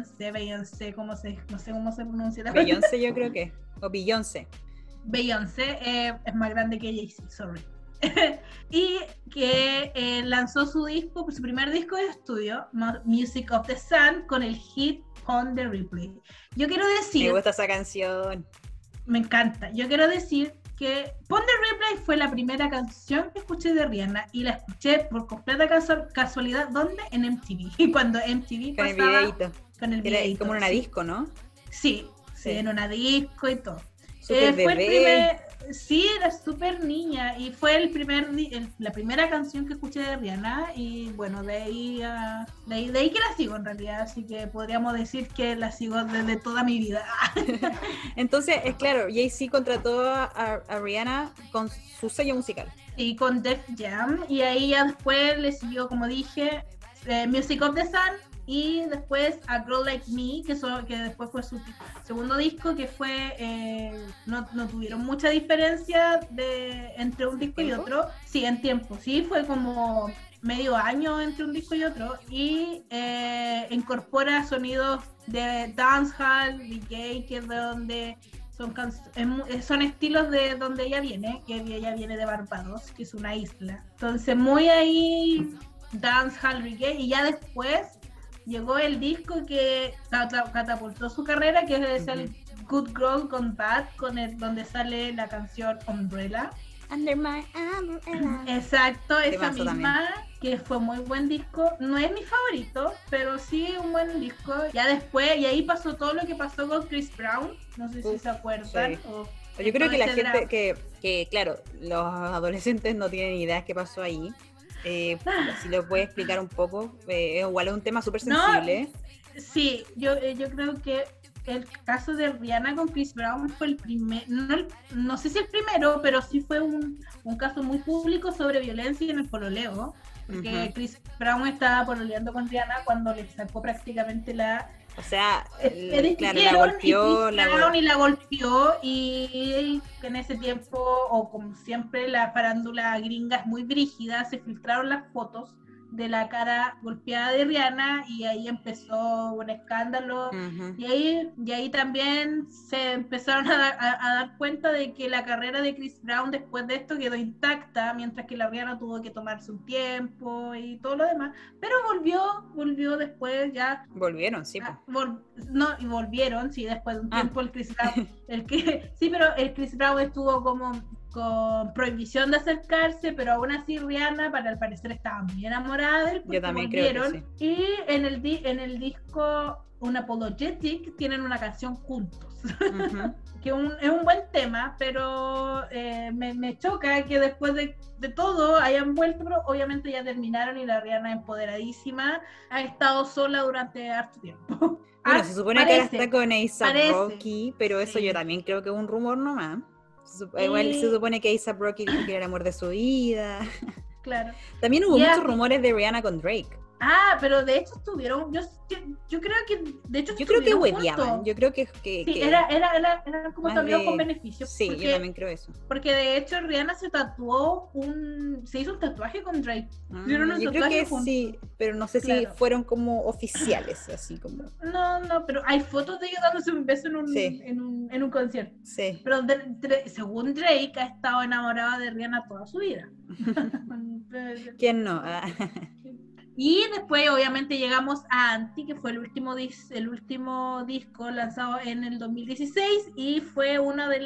no sé cómo se pronuncia. Beyoncé yo creo que, o Beyoncé. Beyoncé es más grande que Jay-Z, sorry. Y que lanzó su primer disco de estudio, Music of the Sun, con el hit On the Replay. Yo quiero decir... Me gusta esa canción. Me encanta. Yo quiero decir que Pon the Replay fue la primera canción que escuché de Rihanna y la escuché por completa casualidad, ¿dónde? En MTV. Y cuando MTV con pasaba... Con el videíto. Era como en una disco, ¿no? Sí, en una disco y todo. Super bebé. Sí, era súper niña y fue la primera canción que escuché de Rihanna y bueno, de ahí que la sigo en realidad, así que podríamos decir que la sigo desde toda mi vida. Entonces, es claro, Jay-Z contrató a Rihanna con su sello musical. Y con Def Jam, y ahí ya después le siguió, como dije, Music of the Sun, y después A Girl Like Me, que después fue su segundo disco, que fue no tuvieron mucha diferencia entre un disco y otro. Sí, en tiempo, sí, fue como medio año entre un disco y otro, y incorpora sonidos de dancehall, reggae, que es de donde son estilos de donde ella viene, que ella viene de Barbados, que es una isla. Entonces muy ahí dancehall, reggae, y ya después llegó el disco que catapultó su carrera, que es el Good Girl Gone Bad, donde sale la canción Umbrella. Under my umbrella. Exacto, esa Temazo misma, que fue muy buen disco. No es mi favorito, pero sí un buen disco. Ya después, y ahí pasó todo lo que pasó con Chris Brown. No sé si se acuerdan. Sí. Yo creo que la gente que, claro, los adolescentes no tienen idea de qué pasó ahí. Si lo puedes explicar un poco, igual es un tema súper sensible. No, sí, yo creo que el caso de Rihanna con Chris Brown fue el primer, no sé si el primero, pero sí fue un caso muy público sobre violencia en el pololeo, porque Chris Brown estaba pololeando con Rihanna cuando le sacó prácticamente la... O sea, claro, la golpeó, y la golpeó, y en ese tiempo, o como siempre, la farándula gringa es muy brígida, se filtraron las fotos de la cara golpeada de Rihanna y ahí empezó un escándalo. Y ahí también se empezaron a dar cuenta de que la carrera de Chris Brown después de esto quedó intacta, mientras que la Rihanna tuvo que tomarse un tiempo y todo lo demás, pero volvió después ya. Volvieron, sí. Y volvieron, sí, después de un tiempo el Chris Brown, pero el Chris Brown estuvo como con prohibición de acercarse, pero aún así Rihanna, al parecer, estaba muy enamorada de él. Yo también creo que sí. Y en el disco Unapologetic tienen una canción juntos, que es un buen tema, pero me choca que después de todo hayan vuelto, pero obviamente ya terminaron y la Rihanna, empoderadísima, ha estado sola durante harto tiempo. Bueno, se supone que ahora está con A$AP Rocky, pero eso yo también creo que es un rumor nomás. Igual se supone que A$AP Rocky dijo que era el amor de su vida. Claro. También hubo muchos rumores de Rihanna con Drake. Pero de hecho estuvieron, yo creo que de hecho yo creo que hueveaban, yo creo que sí, era como también con beneficios. Sí, yo también creo eso. Porque de hecho Rihanna se hizo un tatuaje con Drake. Yo creo que sí, pero no sé si fueron como oficiales, así como. No, pero hay fotos de ellos dándose un beso en un concierto. Sí. Pero según Drake ha estado enamorado de Rihanna toda su vida. ¿Quién no? Y después obviamente llegamos a Anti, que fue el último disco lanzado en el 2016 y fue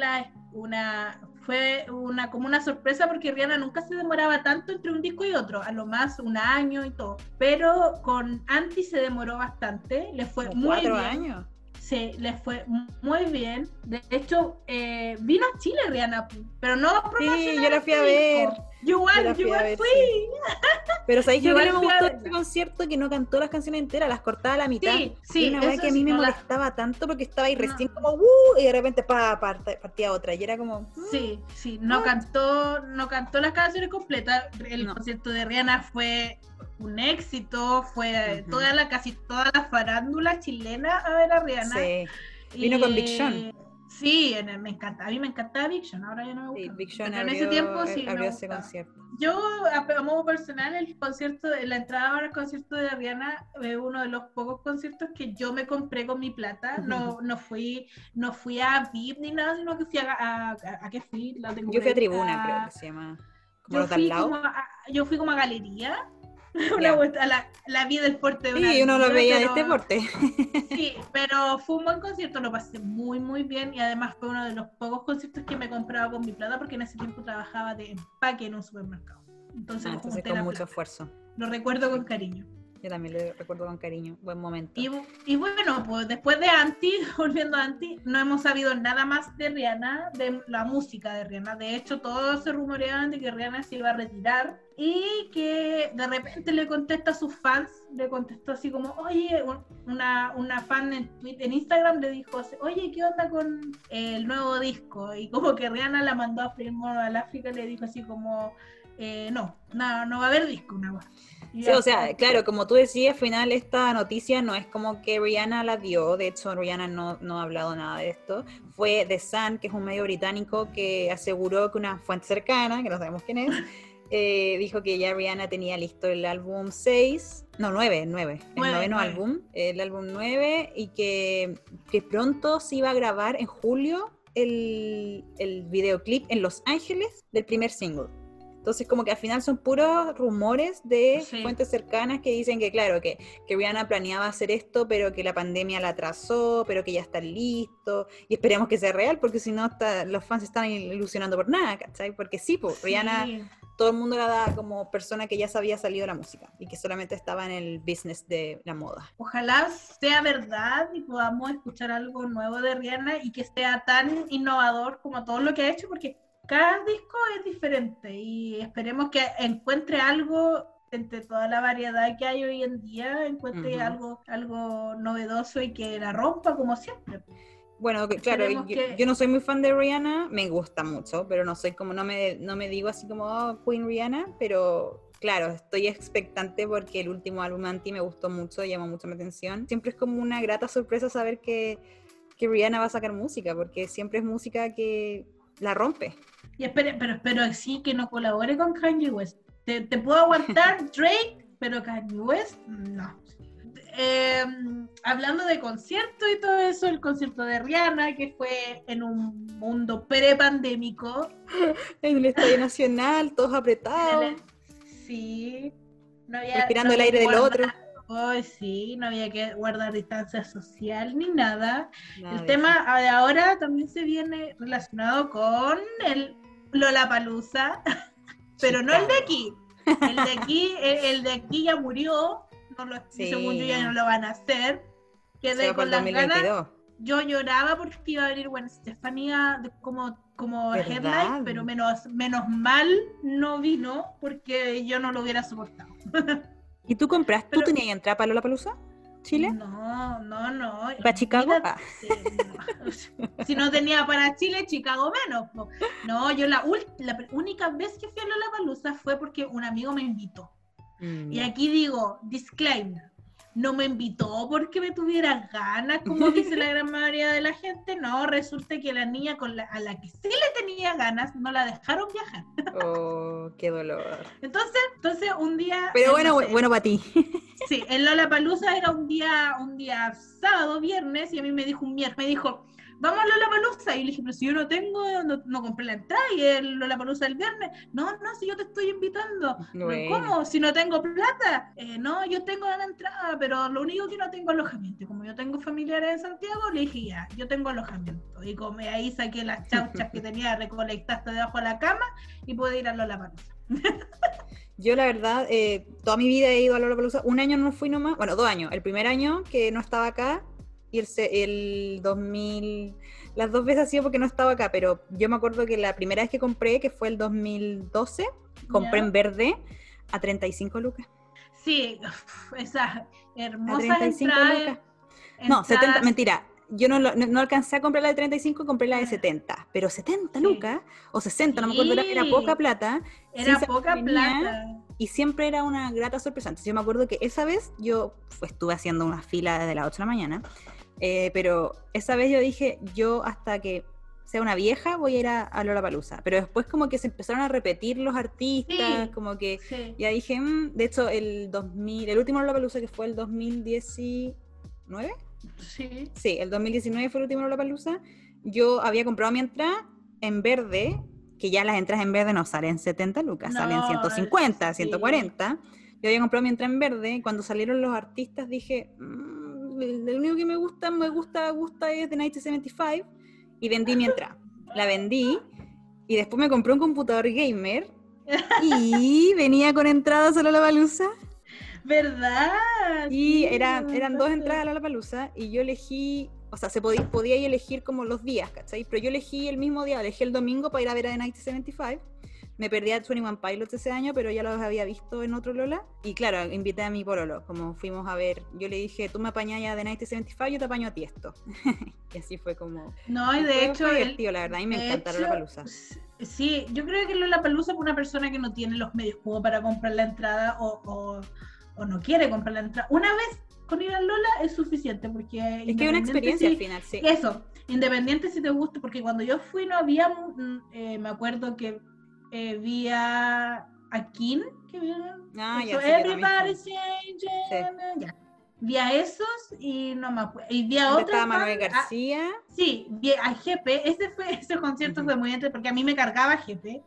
como una sorpresa porque Rihanna nunca se demoraba tanto entre un disco y otro, a lo más un año y todo, pero con Anti se demoró bastante, le fue muy 4 bien. años. Sí, les fue muy bien. De hecho, vino a Chile Rihanna, pero no promocionar. Sí, yo la fui a ver. Yo igual fui. Sí. Pero ¿sabéis lo que no me gustó de este concierto? Que no cantó las canciones enteras, las cortaba a la mitad. Sí. Una vez que a mí me molestaba tanto porque estaba ahí recién como y de repente partía otra y era como Sí, no cantó las canciones completas. El concierto de Rihanna fue un éxito, fue casi toda la farándula chilena a ver a Rihanna. Sí. Vino con Big Sean. Sí, a mí me encantaba Big Sean, ahora ya no me gusta. Sí, Big Sean en ese tiempo sí abrió ese concierto. Yo, a modo personal, la entrada al concierto de Rihanna es uno de los pocos conciertos que yo me compré con mi plata. No fui a VIP ni nada, sino que fui a ¿qué fui? Yo fui a Tribuna, creo que se llama. Yo fui como a Galería. Una vuelta a la vida del porte de una uno lo veía de este porte. Sí, pero fue un buen concierto, lo pasé muy muy bien y además fue uno de los pocos conciertos que me compraba con mi plata porque en ese tiempo trabajaba de empaque en un supermercado. Entonces con mucho esfuerzo. Lo recuerdo con cariño. Yo también lo recuerdo con cariño, buen momento. Y bueno, pues después de Anti, volviendo a Anti, no hemos sabido nada más de Rihanna, de la música de Rihanna. De hecho, todos se rumoreaban de que Rihanna se iba a retirar y que de repente le contesta a sus fans, le contestó así como, oye, una fan en Instagram le dijo, oye, ¿qué onda con el nuevo disco? Y como que Rihanna la mandó a freír mono al África y le dijo así como, no va a haber disco, una más. Sí, o sea, claro, como tú decías, al final esta noticia no es como que Rihanna la dio, de hecho Rihanna no ha hablado nada de esto, fue The Sun, que es un medio británico que aseguró que una fuente cercana, que no sabemos quién es, dijo que ya Rihanna tenía listo el álbum 9, el noveno álbum, el álbum 9, y que pronto se iba a grabar en julio el videoclip en Los Ángeles del primer single. Entonces como que al final son puros rumores de fuentes cercanas que dicen que claro, que Rihanna planeaba hacer esto, pero que la pandemia la atrasó, pero que ya está listo, y esperemos que sea real, porque si no los fans están ilusionando por nada, ¿cachai? Porque sí, pues Rihanna, todo el mundo la da como persona que ya se había salido de la música y que solamente estaba en el business de la moda. Ojalá sea verdad y podamos escuchar algo nuevo de Rihanna y que sea tan innovador como todo lo que ha hecho, porque cada disco es diferente y esperemos que encuentre algo entre toda la variedad que hay hoy en día, encuentre algo novedoso y que la rompa como siempre. Bueno, claro, yo no soy muy fan de Rihanna, me gusta mucho, pero no soy como, no me digo así como Queen Rihanna, pero claro, estoy expectante porque el último álbum Anti me gustó mucho, llamó mucho mi atención. Siempre es como una grata sorpresa saber que Rihanna va a sacar música, porque siempre es música que la rompe. Y pero espero sí que no colabore con Kanye West. Te puedo aguantar Drake, pero Kanye West, no. Hablando de conciertos y todo eso, el concierto de Rihanna, que fue en un mundo pre-pandémico. En el Estadio Nacional, todos apretados. Sí. Respirando el aire del otro. Sí, no había que guardar distancia social ni nada. El tema de ahora también se viene relacionado con el Lollapalooza, pero no el de aquí. El de aquí ya murió. Según yo ya no lo van a hacer. Quedé con las ganas. Yo lloraba porque iba a venir Estefanía como headline, pero menos mal no vino porque yo no lo hubiera soportado. ¿Y tú compraste? ¿Tú tenías entrada para Lollapalooza? ¿Chile? No. ¿Para Chicago? No. Si no tenía para Chile, Chicago menos. No, yo la única vez que fui a Lollapalooza fue porque un amigo me invitó. Y aquí digo, disclaimer, no me invitó porque me tuviera ganas, como dice la gran mayoría de la gente. No, resulta que la niña a la que sí le tenía ganas, no la dejaron viajar. Oh, qué dolor. Entonces un día... Pero bueno para ti. Sí, en Lollapalooza era un día sábado, viernes, y a mí me dijo vamos a Lollapalooza, y le dije, pero si yo no compré la entrada, y el Lollapalooza el viernes, no, si yo te estoy invitando, ¿cómo? Si no tengo plata, no, yo tengo la entrada, pero lo único que no tengo alojamiento, y como yo tengo familiares en Santiago, le dije, ya, yo tengo alojamiento, y como ahí saqué las chauchas que tenía recolectadas debajo de la cama, y pude ir a Lollapalooza. Yo la verdad, toda mi vida he ido a Lollapalooza, un año no fui nomás, bueno, 2 años, el primer año que no estaba acá, y el 2000, las 2 veces ha sido porque no estaba acá, pero yo me acuerdo que la primera vez que compré, que fue el 2012, compré en verde a 35 lucas. Sí, esa hermosa 35 lucas. No, 70, mentira, yo no alcancé a comprar la de 35, compré la de 70, pero 70 lucas, o 60, no me acuerdo, era poca plata. Era poca plata. Y siempre era una grata sorpresa. Entonces yo me acuerdo que esa vez yo estuve haciendo una fila desde las 8 de la mañana, pero esa vez yo dije, yo hasta que sea una vieja voy a ir a Lollapalooza. Pero después como que se empezaron a repetir los artistas, como que ya dije, de hecho el último Lollapalooza que fue el 2019, Sí, el 2019 fue el último Lollapalooza. Yo había comprado mi entrada en verde, que ya las entradas en verde no salen 70 lucas, salen 150, 140. Yo había comprado mi entrada en verde, y cuando salieron los artistas dije, el único que me gusta es The 1975, y vendí mi entrada. La vendí, y después me compré un computador gamer, y venía con entradas a Lollapalooza. ¿Verdad? Y eran 2 entradas a Lollapalooza, y yo elegí, o sea, podía elegir como los días, ¿cachai? Pero yo elegí el mismo día, elegí el domingo para ir a ver a The 1975. Me perdí a 21 Pilots ese año, pero ya los había visto en otro Lola. Y claro, invité a mi pololo, como fuimos a ver. Yo le dije, tú me apañas ya de 1975, yo te apaño a ti esto. Y así fue como... No, y de hecho... Fue divertido, la verdad, y me encanta Lollapalooza. Sí, yo creo que Lollapalooza es una persona que no tiene los medios como para comprar la entrada o no quiere comprar la entrada. Una vez con ir a Lola es suficiente, porque... Es que es una experiencia al final, sí. Eso, independiente si te gusta, porque cuando yo fui no había... me acuerdo que vi a King, que Everybody's changing, ya. Vi a esos y no me acuerdo. Y vi a otros. Estaba Manuel García. Sí, vi a Jepe. Ese concierto fue muy interesante porque a mí me cargaba Jepe.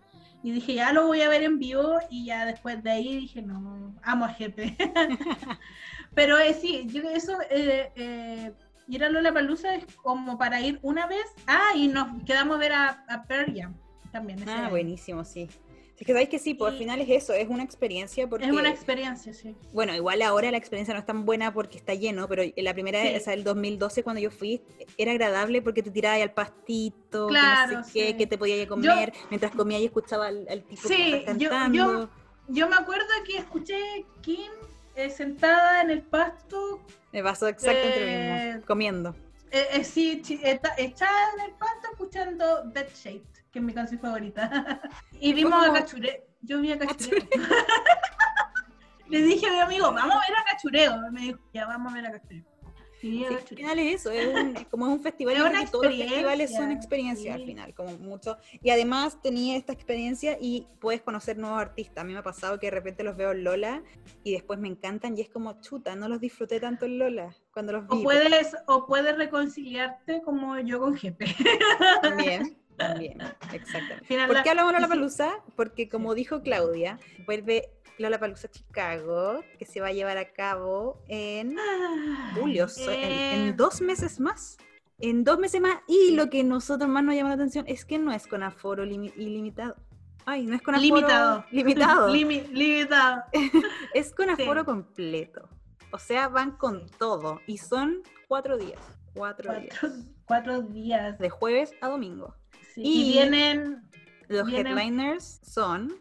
Y dije, ya lo voy a ver en vivo, y ya después de ahí dije, no, amo a GP. Pero sí, yo eso, ir a Lollapalooza es como para ir una vez, y nos quedamos a ver a Pearl Jam también. Buenísimo, sí. Es que sabéis que sí, pues al final es eso, es una experiencia porque... Es una experiencia, sí. Bueno, igual ahora la experiencia no es tan buena porque está lleno, pero la primera vez, o sea, el 2012 cuando yo fui, era agradable porque te tirabas al pastito, claro, que no sé qué, que te podías ir a comer, mientras comía y escuchaba al tipo que estaba cantando. Yo me acuerdo que escuché Kim sentada en el pasto. Me pasó exactamente lo mismo, comiendo. Sí, echada en el pasto escuchando Bed Shaped, que es mi canción favorita. Y vimos a Cachureo. Yo vi a Cachureo. Le dije a mi amigo, vamos a ver a Cachureo. Me dijo, ya, vamos a ver a Cachureo. Sí, al final es eso, como es un festival, y todos los festivales son experiencias al final, como mucho. Y además tenía esta experiencia y puedes conocer nuevos artistas. A mí me ha pasado que de repente los veo en Lola y después me encantan y es como, chuta, no los disfruté tanto en Lola cuando los vi. O puedes reconciliarte como yo con GP. También, exactamente. ¿Por qué hablamos de Lollapalooza? Porque como dijo Claudia, vuelve Lollapalooza Chicago, que se va a llevar a cabo en julio, en 2 meses más. En 2 meses más, y lo que nosotros más nos llama la atención es que no es con aforo ilimitado. No es con aforo limitado. Limitado. Es con aforo completo. O sea, van con todo. Y son 4 días. 4 días. De jueves a domingo. Sí. Y vienen... Los headliners son...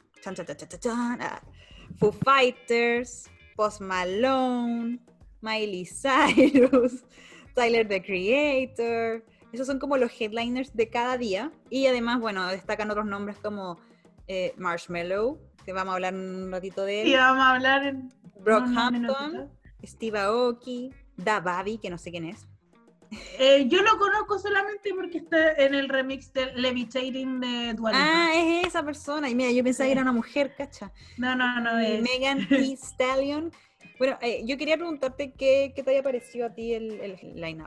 Foo Fighters, Post Malone, Miley Cyrus, Tyler, the Creator. Esos son como los headliners de cada día. Y además, bueno, destacan otros nombres como Marshmello, que vamos a hablar un ratito de él. Sí, vamos a hablar en Brockhampton, Steve Aoki, Da Baby, que no sé quién es. Yo lo conozco solamente porque está en el remix de Levitating de Dua Lipa. Es esa persona. Y mira, yo pensaba que era una mujer, cacha. No es. Megan Thee Stallion. Bueno, yo quería preguntarte qué te había parecido a ti el line-up.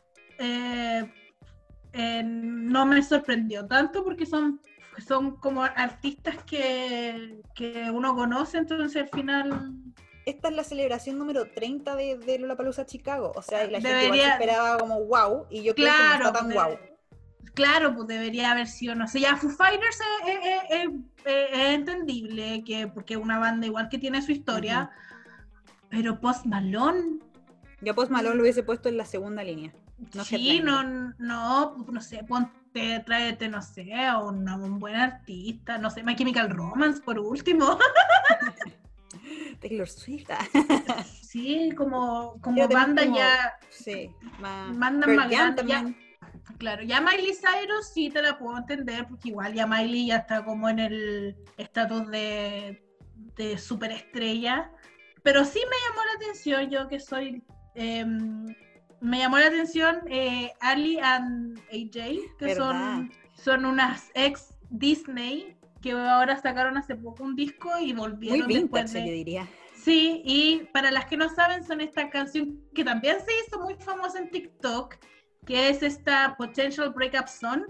No me sorprendió tanto porque son como artistas que uno conoce, entonces al final... Esta es la celebración número 30 de Lollapalooza Chicago. O sea, la gente igual se esperaba como wow, y yo creo que no está tan wow. Claro, pues debería haber sido, no sé, ya Foo Fighters es entendible, porque es una banda igual que tiene su historia, pero Post Malone... Yo Post Malone lo hubiese puesto en la segunda línea. No sé, tráete, no sé, a un buen artista, no sé, My Chemical Romance por último. Taylor Swift. Sí, como banda como, ya. Sí, banda más grande. Ya, claro, ya Miley Cyrus sí te la puedo entender, porque igual ya Miley ya está como en el estatus de superestrella. Pero sí me llamó la atención, yo que soy. Me llamó la atención Ali and AJ, que son unas ex Disney que ahora sacaron hace poco un disco y volvieron muy vintage, después de... yo diría. Sí, y para las que no saben, son esta canción que también se hizo muy famosa en TikTok, que es esta Potential Breakup Song.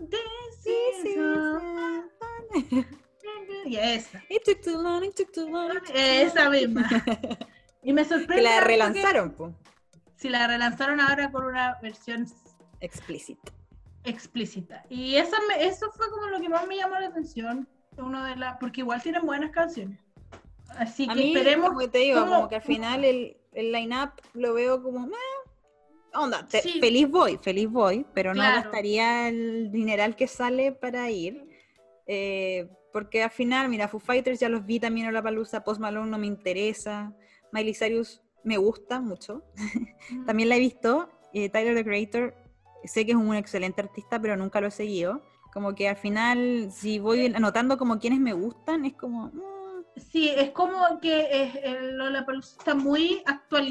Y esa. It took too long. Esa misma. Y me sorprende. Que la relanzaron, pues. Sí, la relanzaron ahora con una versión explícita. Y eso fue como lo que más me llamó la atención. Porque igual tienen buenas canciones. Así que esperemos. Como te digo, como que al final el line-up lo veo como onda, sí. Feliz voy, pero claro, no gastaría el dineral que sale para ir. Porque al final, mira, Foo Fighters ya los vi también en Lollapalooza, Post Malone no me interesa, Miley Cyrus me gusta mucho, también la he visto, Tyler, the Creator, sé que es un excelente artista, pero nunca lo he seguido. Como que al final, si voy anotando como quienes me gustan, es como... Sí, es como que Lollapalooza está muy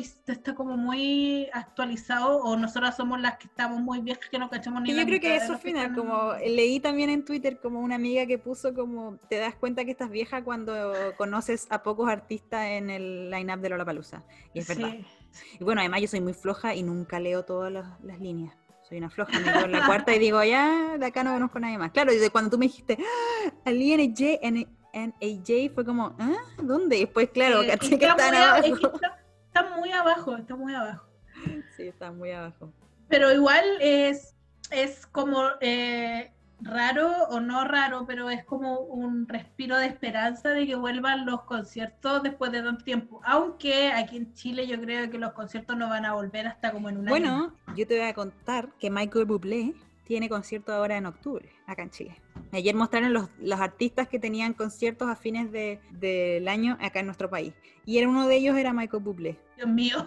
actualizado, o nosotras somos las que estamos muy viejas que no cachamos ni. Y yo creo que eso al final, como leí también en Twitter como una amiga que puso como, te das cuenta que estás vieja cuando conoces a pocos artistas en el line-up de Lollapalooza. Y es verdad. Y bueno, además yo soy muy floja y nunca leo todas las líneas. Soy una floja, me quedo en la cuarta y digo, ya, de acá no conozco a nadie más. Claro, y de cuando tú me dijiste, Ali and AJ fue como, ¿ah? ¿Dónde? Y después, claro, caché que está están abajo. Está muy abajo, está muy abajo. Sí, está muy abajo. Pero igual es como raro o no raro, pero es como un respiro de esperanza de que vuelvan los conciertos después de tanto tiempo. Aunque aquí en Chile yo creo que los conciertos no van a volver hasta como en un año. Bueno, yo te voy a contar que Michael Bublé tiene concierto ahora en octubre, acá en Chile. Ayer mostraron los artistas que tenían conciertos a fines del año acá en nuestro país. Y uno de ellos era Michael Bublé. Dios mío.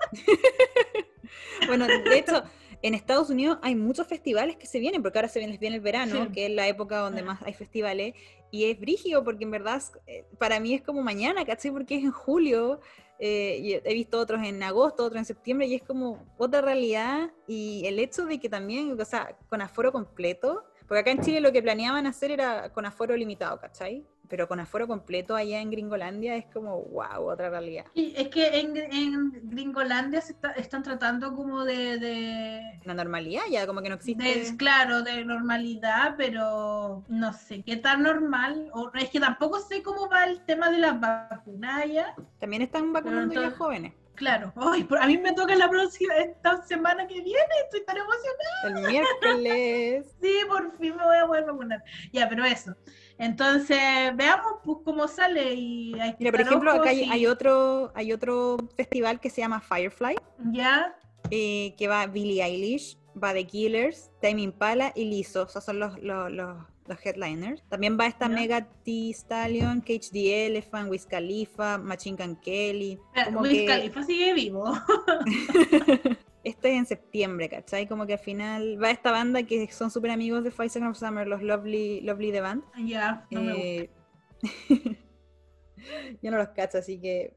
Bueno, de hecho, en Estados Unidos hay muchos festivales que se vienen, porque ahora les viene el verano, sí, que es la época donde más hay festivales, y es brígido porque en verdad para mí es como mañana, ¿cachai? Porque es en julio, y he visto otros en agosto, otros en septiembre, y es como otra realidad, y el hecho de que también, o sea, con aforo completo, porque acá en Chile lo que planeaban hacer era con aforo limitado, ¿cachai? Pero con aforo completo allá en Gringolandia es como, wow, otra realidad. Y es que en Gringolandia están tratando como de... La normalidad ya, como que no existe. Claro, de normalidad, pero no sé qué tan normal. O, es que tampoco sé cómo va el tema de las vacunas ya. También están vacunando ya jóvenes. Claro, ay, a mí me toca esta semana que viene, estoy tan emocionada. El miércoles. Sí, por fin me voy a poder vacunar. Ya, pero eso. Entonces, veamos pues, cómo sale. Y hay que mira, por ejemplo, acá hay otro festival que se llama Firefly. Ya. Que va Billie Eilish, va The Killers, Tame Impala y Lizzo. Esos son los headliners. También va esta Megan Thee Stallion, Cage the Elephant, Wiz Khalifa, Machine Gun Kelly. Wiz Khalifa sigue vivo. Este es en septiembre, ¿cachai? Como que al final va esta banda que son súper amigos de 5 Seconds of Summer, los Lovely The Band. Ya, no me gusta. Yo no los cacho, así que...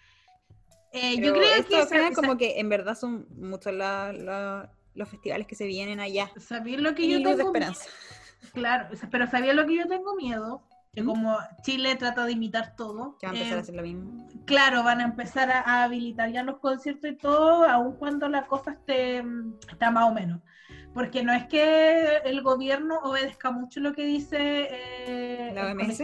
yo creo que... Al final como que en verdad son muchos los festivales que se vienen allá. ¿Sabías lo que yo tengo? Luz de esperanza. Claro, pero ¿sabías lo que yo tengo miedo? Que como Chile trata de imitar todo, que va a empezar a hacer lo mismo. Claro, van a empezar a habilitar ya los conciertos y todo, aun cuando la cosa está más o menos. Porque no es que el gobierno obedezca mucho lo que dice la OMS.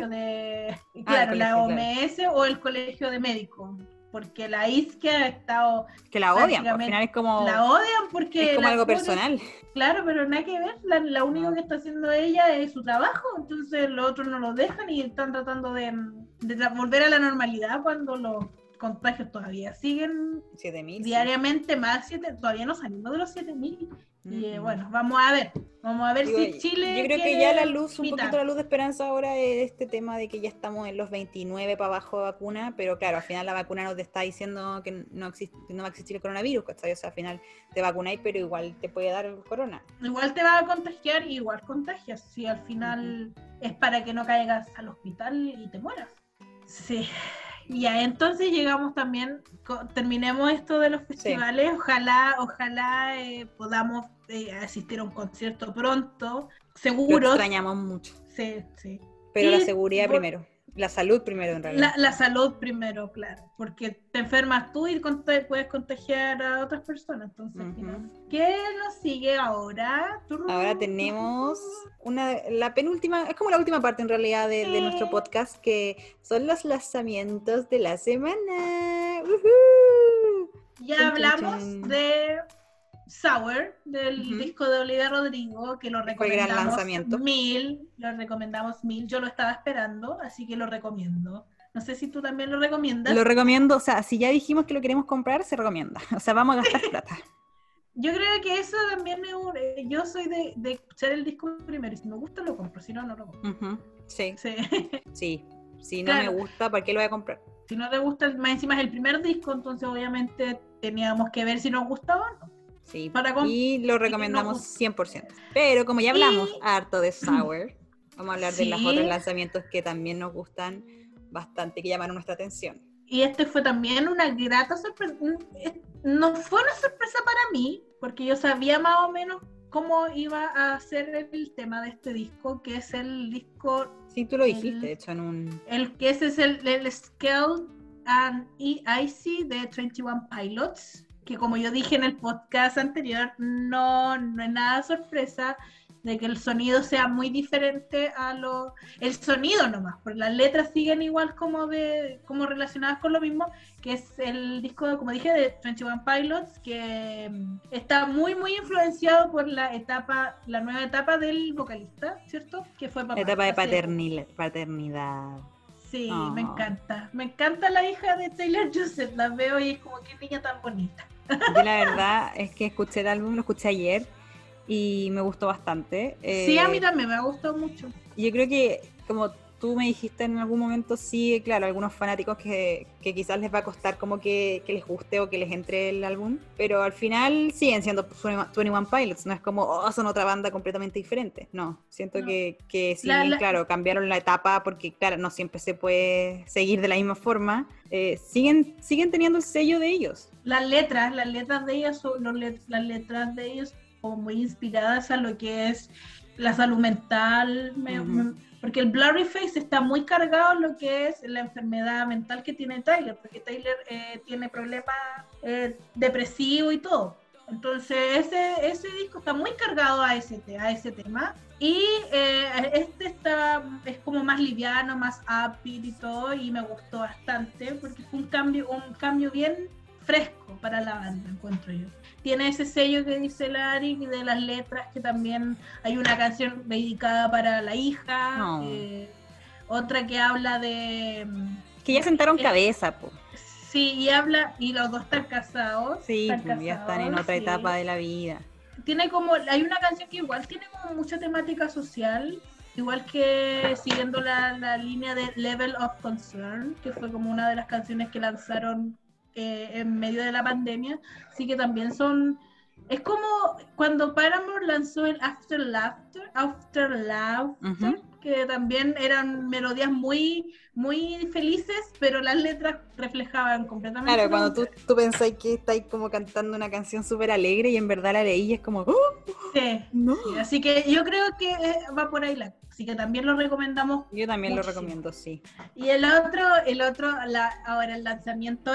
La OMS o el colegio de médicos. Porque la ISKE ha estado... Que la odian, al final es como... La odian porque... Es como algo personal. Claro, pero nada que ver, la única que está haciendo ella es su trabajo, entonces los otros no lo dejan y están tratando de volver a la normalidad cuando los contagios todavía siguen 7.000 diariamente, más 7, todavía no salimos de los 7.000. Y bueno, vamos a ver si Chile... Yo creo que ya la luz, un poquito la luz de esperanza ahora es este tema de que ya estamos en los 29 para abajo de vacuna, pero claro, al final la vacuna nos está diciendo que no va a existir el coronavirus, ¿cachai? O sea, al final te vacunáis, pero igual te puede dar el corona. Igual te va a contagiar y igual contagias, si al final es para que no caigas al hospital y te mueras. Sí. Ya, entonces llegamos también, terminemos esto de los festivales, sí. Ojalá podamos asistir a un concierto pronto, seguro. Lo extrañamos mucho. Sí. Pero la seguridad primero, la salud primero en realidad. La salud primero, claro, porque te enfermas tú y puedes contagiar a otras personas, entonces, ¿qué nos sigue ahora? Ahora tenemos la penúltima, es como la última parte en realidad de nuestro podcast, que son los lanzamientos de la semana. Ya hablamos de Sour, del disco de Olivia Rodrigo, que lo recomendamos mil, yo lo estaba esperando, así que lo recomiendo. No sé si tú también lo recomiendas. Lo recomiendo, o sea, si ya dijimos que lo queremos comprar, se recomienda. O sea, vamos a gastar plata. Yo creo que eso también yo soy de escuchar el disco primero, y si me gusta lo compro, si no, no lo compro. Sí. Si no me gusta, ¿para qué lo voy a comprar? Si no te gusta, más encima es el primer disco, entonces obviamente teníamos que ver si nos gustaba o no. Sí, y lo recomendamos 100%. Pero como ya hablamos harto de Sour, vamos a hablar de los otros lanzamientos que también nos gustan bastante, que llamaron nuestra atención. Y este fue también una grata sorpresa. No fue una sorpresa para mí, porque yo sabía más o menos cómo iba a ser el tema de este disco, que es el disco... Sí, tú lo dijiste, de hecho, en un... Que ese es el Scaled and Icy de 21 Pilots, que como yo dije en el podcast anterior, no es nada sorpresa. de que el sonido sea muy diferente a el sonido nomás, porque las letras siguen igual como relacionadas con lo mismo, que es el disco, como dije, de 21 Pilots, que está muy muy influenciado por la nueva etapa del vocalista, ¿cierto? Que fue papá. La etapa de paternidad. Sí, me encanta la hija de Taylor Joseph, la veo y es como que niña tan bonita. Yo la verdad es que escuché el álbum, lo escuché ayer y me gustó bastante. Sí, a mí también me ha gustado mucho. Yo creo que, como tú me dijiste en algún momento, sí, claro, algunos fanáticos que quizás les va a costar como que les guste o que les entre el álbum, pero al final siguen siendo 21 Pilots, no es como, son otra banda completamente diferente, no, siento No. que si bien, claro, cambiaron la etapa porque, claro, no siempre se puede seguir de la misma forma, siguen teniendo el sello de ellos. Las letras de ellas las letras de ellos como muy inspiradas a lo que es la salud mental, porque el Blurry Face está muy cargado en lo que es la enfermedad mental que tiene Tyler, porque Tyler tiene problemas depresivos y todo. Entonces ese disco está muy cargado a ese tema. Y es como más liviano, más upbeat y todo, y me gustó bastante porque fue un cambio bien fresco para la banda, encuentro yo. Tiene ese sello que dice Larry de las letras, que también hay una canción dedicada para la hija, otra que habla de... Que ya sentaron cabeza, po. Sí, y los dos están casados. Sí, ya están en otra etapa de la vida. Hay una canción que igual tiene como mucha temática social, igual que siguiendo la línea de Level of Concern, que fue como una de las canciones que lanzaron en medio de la pandemia, así que también es como cuando Paramore lanzó el After Laughter, que también eran melodías muy, muy felices, pero las letras reflejaban completamente. Claro, cuando tú pensáis que estáis como cantando una canción súper alegre y en verdad la leí y es como... Sí, no. Sí, así que yo creo que va por ahí así que también lo recomendamos. Yo también muchísimo. Lo recomiendo, sí. Y el otro ahora el lanzamiento,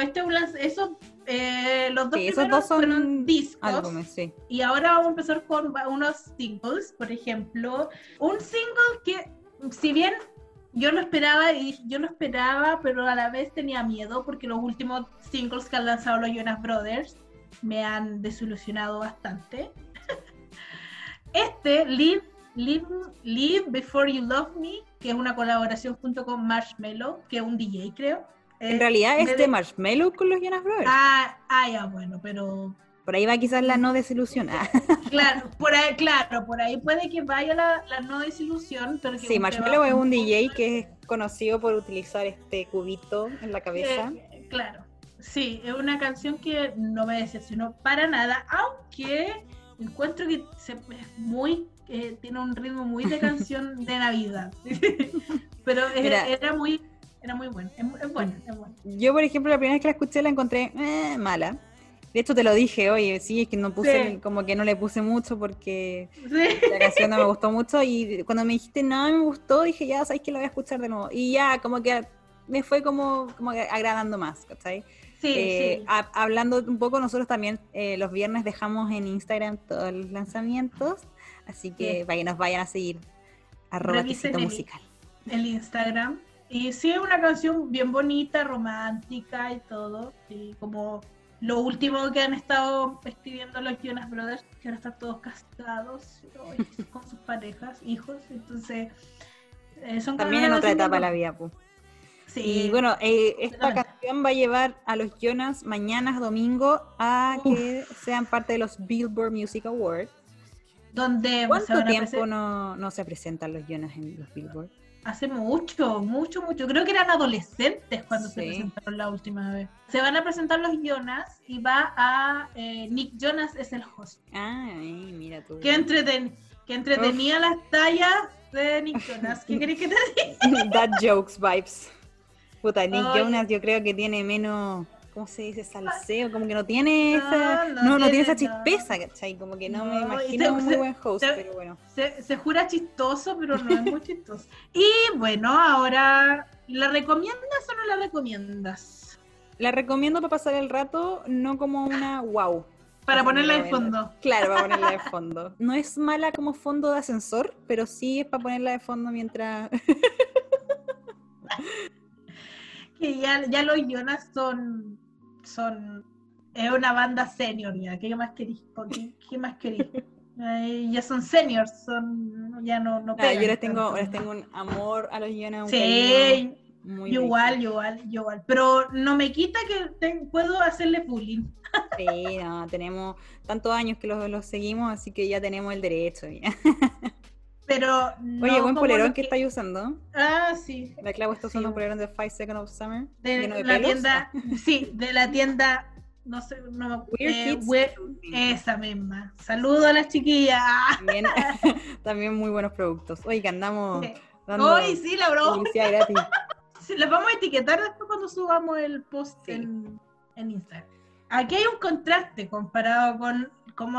los dos primeros fueron discos, álbumes, sí. Y ahora vamos a empezar con unos singles, por ejemplo, un single que, si bien yo lo esperaba, pero a la vez tenía miedo, porque los últimos singles que han lanzado los Jonas Brothers me han desilusionado bastante. Live Before You Love Me, que es una colaboración junto con Marshmello, que es un DJ, creo. En realidad es de Marshmello con los Jonas Brothers. Ya, bueno, pero... Por ahí va quizás la no desilusión. Claro, por ahí puede que vaya la no desilusión. Pero sí, Marshmello es un DJ que es conocido por utilizar este cubito en la cabeza. Claro, sí, es una canción que no me decepcionó para nada, aunque encuentro que tiene un ritmo muy de canción de Navidad. Pero era muy buena. Es buena. Yo, por ejemplo, la primera vez que la escuché la encontré mala. De hecho te lo dije, oye, sí, es que no puse, como que no le puse mucho porque la canción no me gustó mucho, y cuando me dijiste no me gustó, dije ya, sabes que la voy a escuchar de nuevo, y ya como que me fue como agradando más, ¿cachai? Sí. Hablando un poco, nosotros también los viernes dejamos en Instagram todos los lanzamientos, así que para que nos vayan a seguir @tecito musical. El Instagram. Y sí, es una canción bien bonita, romántica y todo, y como lo último que han estado escribiendo los Jonas Brothers, que ahora están todos casados con sus parejas, hijos, entonces son también en otra etapa de la vida, pues. Sí, y bueno, esta canción va a llevar a los Jonas mañana domingo a que sean parte de los Billboard Music Awards. ¿Cuánto tiempo no se presentan los Jonas en los Billboard? Hace mucho. Creo que eran adolescentes cuando se presentaron la última vez. Se van a presentar los Jonas y va Nick Jonas es el host. Ay, mira tú. Qué entretenía las tallas de Nick Jonas. ¿Qué querés que te diga? Dad jokes vibes. Puta, Nick Jonas yo creo que tiene menos, ¿cómo se dice? Salseo, como que no tiene tiene esa chispeza, ¿cachai? Como que no me imagino un muy buen host, pero bueno. Se jura chistoso, pero no es muy chistoso. Y bueno, ahora, ¿la recomiendas o no la recomiendas? La recomiendo para pasar el rato, no como una wow. Para ponerla de fondo. Claro, para ponerla de fondo. No es mala como fondo de ascensor, pero sí es para ponerla de fondo mientras... Que ya los Jonas son es una banda senior ya. ¿Qué más querís? ¿Qué más querís? Ya son seniors, ya no pegan. Yo les tengo un amor a los Jonas. Sí, igual. Pero no me quita que puedo hacerle bullying. Sí, no, tenemos tantos años que los seguimos, así que ya tenemos el derecho. Ya. Pero no. Oye, buen polerón que estáis usando. Ah, sí. La Clau está usando un polerón de 5 Seconds of Summer. De la tienda, sí, de la tienda, no sé, no Weird Kids. Esa misma. Saludos a las chiquillas. También muy buenos productos. Oye, que andamos dando sí, la broma. Publicidad gratis. Sí, las vamos a etiquetar después cuando subamos el post en Instagram. Aquí hay un contraste comparado con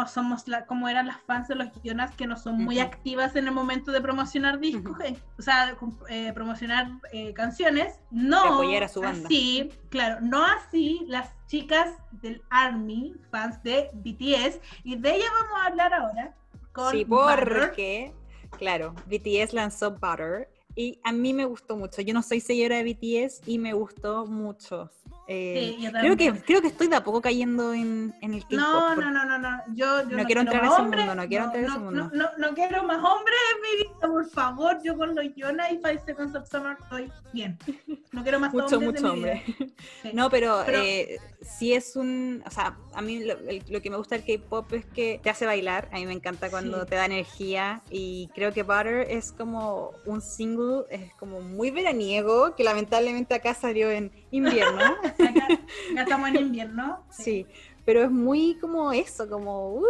cómo eran las fans de los Jonas, que no son muy activas en el momento de promocionar discos, o sea, promocionar canciones. No de apoyar a su banda. Así, claro, no así las chicas del ARMY, fans de BTS, y de ellas vamos a hablar ahora. Sí, porque, claro, BTS lanzó Butter, y a mí me gustó mucho. Yo no soy seguidora de BTS y me gustó mucho. Sí, creo que estoy de a poco cayendo en el K-pop. No. Yo no quiero entrar a ese mundo, no quiero entrar a ese mundo. No quiero más hombres en mi vida, por favor. Yo con los Jonas y 5 Seconds of Summer estoy bien. No quiero más hombres mucho en hombre. mi vida. Sí. No, pero sí es o sea, a mí lo que me gusta del K-pop es que te hace bailar. A mí me encanta cuando te da energía, y creo que Butter es como un single, es como muy veraniego, que lamentablemente acá salió en invierno. Acá estamos en invierno. Sí, pero es muy como eso, como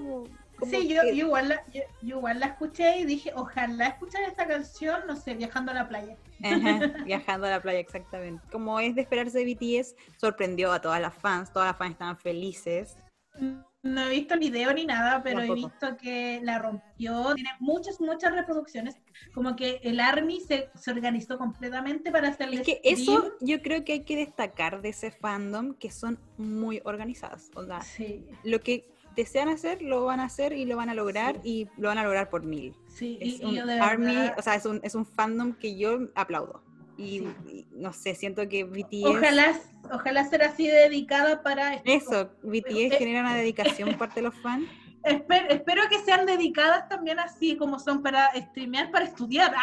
sí, yo igual la escuché y dije, ojalá escuchar esta canción, no sé, viajando a la playa. Ajá, viajando a la playa, exactamente. Como es de esperarse de BTS, sorprendió a todas las fans estaban felices. No he visto el video ni nada, pero Tampoco. He visto que la rompió, tiene muchas reproducciones, como que el ARMY se organizó completamente para hacerle Es que eso yo creo que hay que destacar de ese fandom, que son muy organizadas, o sea, lo que desean hacer, lo van a hacer y lo van a lograr, y lo van a lograr por 1000. Sí, es y un yo de ARMY, verdad... o sea, es un fandom que yo aplaudo. Y no sé, siento que BTS... Ojalá ser así de dedicada para... Eso, BTS genera una dedicación por parte de los fans. Espero que sean dedicadas también así como son para streamear, para estudiar.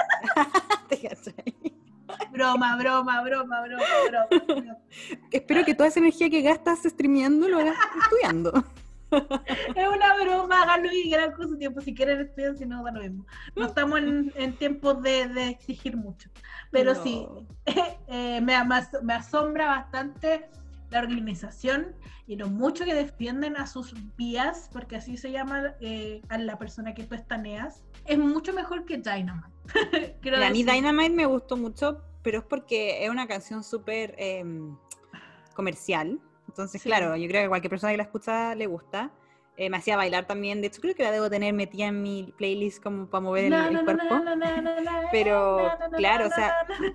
Broma. Espero que toda esa energía que gastas streameando lo hagas estudiando. Es una broma, háganlo y gran con su tiempo. Si quieren estudiar, si no, da lo mismo. No estamos en tiempos de exigir mucho. Pero sí, me asombra bastante la organización y lo mucho que defienden a sus vías, porque así se llama a la persona que tú estaneas. Es mucho mejor que Dynamite. A mí Dynamite me gustó mucho, pero es porque es una canción súper comercial. Entonces, claro, yo creo que a cualquier persona que la escucha le gusta. Me hacía bailar también. De hecho, creo que la debo tener metida en mi playlist como para mover el cuerpo. Pero, claro, o sea,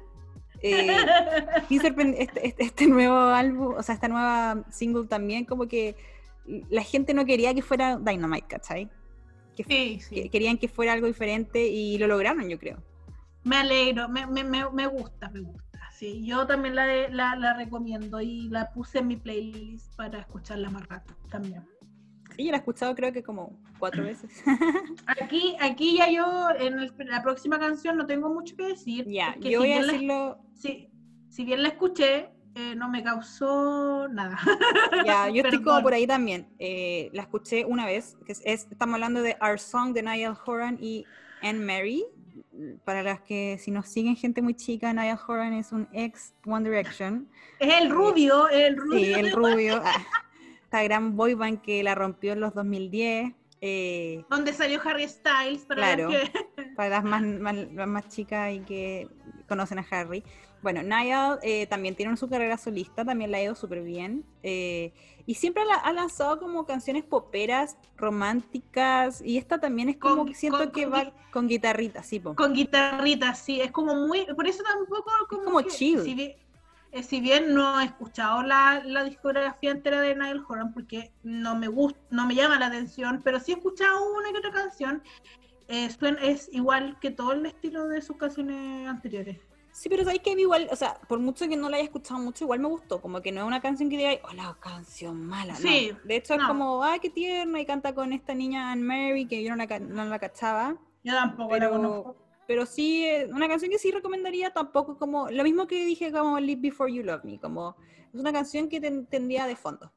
este nuevo álbum, o sea, esta nueva single también, como que la gente no quería que fuera Dynamite, ¿cachai? Que querían que fuera algo diferente y lo lograron, yo creo. Me alegro, me gusta. Sí, yo también la recomiendo y la puse en mi playlist para escucharla más rato también. Sí, yo la he escuchado creo que como 4 veces. Aquí ya yo en la próxima canción no tengo mucho que decir. Ya, yo voy a decirlo. Si bien la escuché, no me causó nada. Ya, yo estoy como por ahí también. La escuché una vez, que estamos hablando de Our Song de Niall Horan y Anne Mary. Para las que si nos siguen gente muy chica, Niall Horan es un ex One Direction. Es el rubio. Sí, el rubio. Esta gran boy band que la rompió en los 2010. Donde salió Harry Styles, para las más chicas y que conocen a Harry. Bueno, Niall también tiene su carrera solista, también la ha ido súper bien. Y siempre ha lanzado como canciones poperas, románticas, y esta también es como que siento que va con guitarritas, sí, Con guitarritas, sí, es como muy, por eso tampoco como chill. Si bien no he escuchado la discografía entera de Niall Horan porque no me gusta, no me llama la atención, pero sí he escuchado una que otra canción. Es igual que todo el estilo de sus canciones anteriores. Sí, pero sabes que igual, o sea, por mucho que no la haya escuchado mucho, igual me gustó. Como que no es una canción que diga, oh, la canción mala. Sí, no. De hecho, es como, ay, qué tierna, y canta con esta niña Anne Mary, que yo no la cachaba. Yo tampoco la conozco. Pero sí, una canción que sí recomendaría, tampoco como, lo mismo que dije como Live Before You Love Me, como, es una canción que tendría de fondo.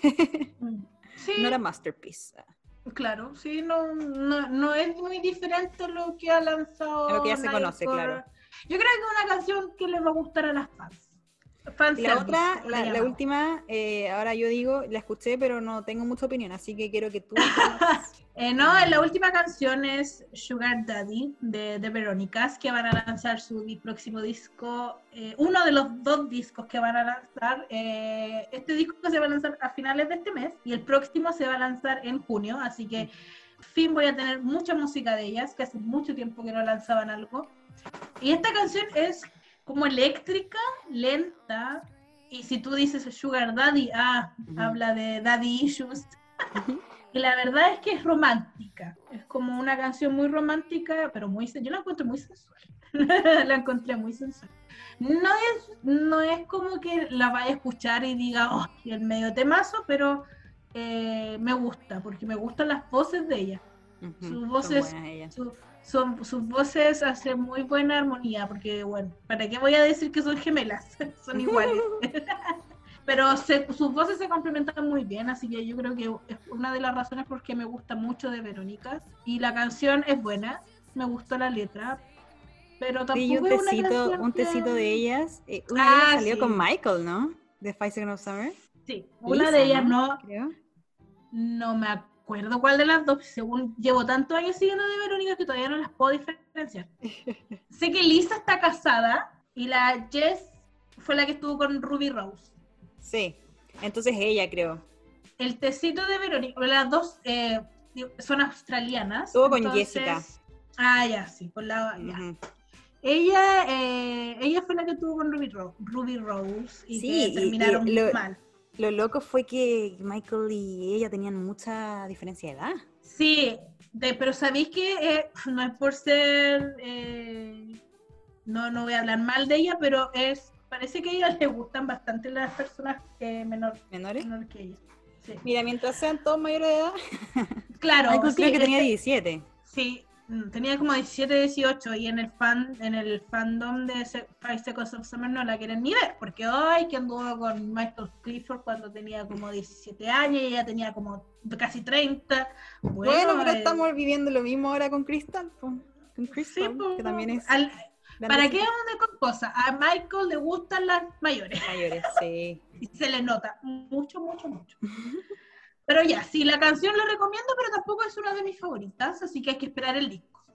Sí. No era masterpiece. Claro, sí, no es muy diferente a lo que ha lanzado. A lo que ya se conoce, claro. Yo creo que es una canción que les va a gustar a las fans. La otra, la última, ahora yo digo, la escuché, pero no tengo mucha opinión, así que quiero que tú... No, la última canción es Sugar Daddy de Verónicas, que van a lanzar su próximo disco, uno de los 2 discos que van a lanzar. Este disco se va a lanzar a finales de este mes y el próximo se va a lanzar en junio, así que fin voy a tener mucha música de ellas, que hace mucho tiempo que no lanzaban algo. Y esta canción es como eléctrica, lenta, y si tú dices Sugar Daddy, habla de daddy issues. Y la verdad es que es romántica, es como una canción muy romántica, pero yo la encuentro muy sensual. La encontré muy sensual. No es como que la vaya a escuchar y diga, oh, el medio temazo, pero me gusta, porque me gustan las voces de ella. Sus voces, sus voces hacen muy buena armonía, porque bueno, ¿para qué voy a decir que son gemelas? Son iguales. Pero sus voces se complementan muy bien, así que yo creo que es una de las razones por qué me gusta mucho de Verónicas. Y la canción es buena, me gustó la letra, pero tampoco sí, un tecito de ellas. Una de ellas salió con Michael, ¿no? De 5 Seconds of Summer. Sí, una de ellas no, creo. No me acuerdo cuál de las dos, según llevo tantos años siguiendo de Verónicas que todavía no las puedo diferenciar. Sé que Lisa está casada y la Jess fue la que estuvo con Ruby Rose. Sí, entonces ella creo. El tecito de Verónica, las dos son australianas. Estuvo con Jessica. Ya, sí, con la... Uh-huh. Ella fue la que estuvo con Ruby Rose y sí, que terminaron mal. Lo loco fue que Michael y ella tenían mucha diferencia de edad. Sí, pero sabéis que no es por ser... no voy a hablar mal de ella, pero parece que a ella le gustan bastante las personas menores que ella. Sí. Mira, mientras sean todos mayores de edad. Claro. Michael creo que tenía 17. Sí, tenía como 17, 18 y en el fandom de 5 Seconds of Summer no la quieren ni ver, porque hoy que anduvo con Michael Clifford cuando tenía como 17 años y ella tenía como casi 30. Bueno, pero estamos viviendo lo mismo ahora con Crystal, con Crystal, sí, que también es... ¿Para qué ande con cosas? A Michael le gustan las mayores. Mayores, sí. Y se le nota mucho, mucho, mucho. Pero ya, sí, la canción la recomiendo, pero tampoco es una de mis favoritas, así que hay que esperar el disco.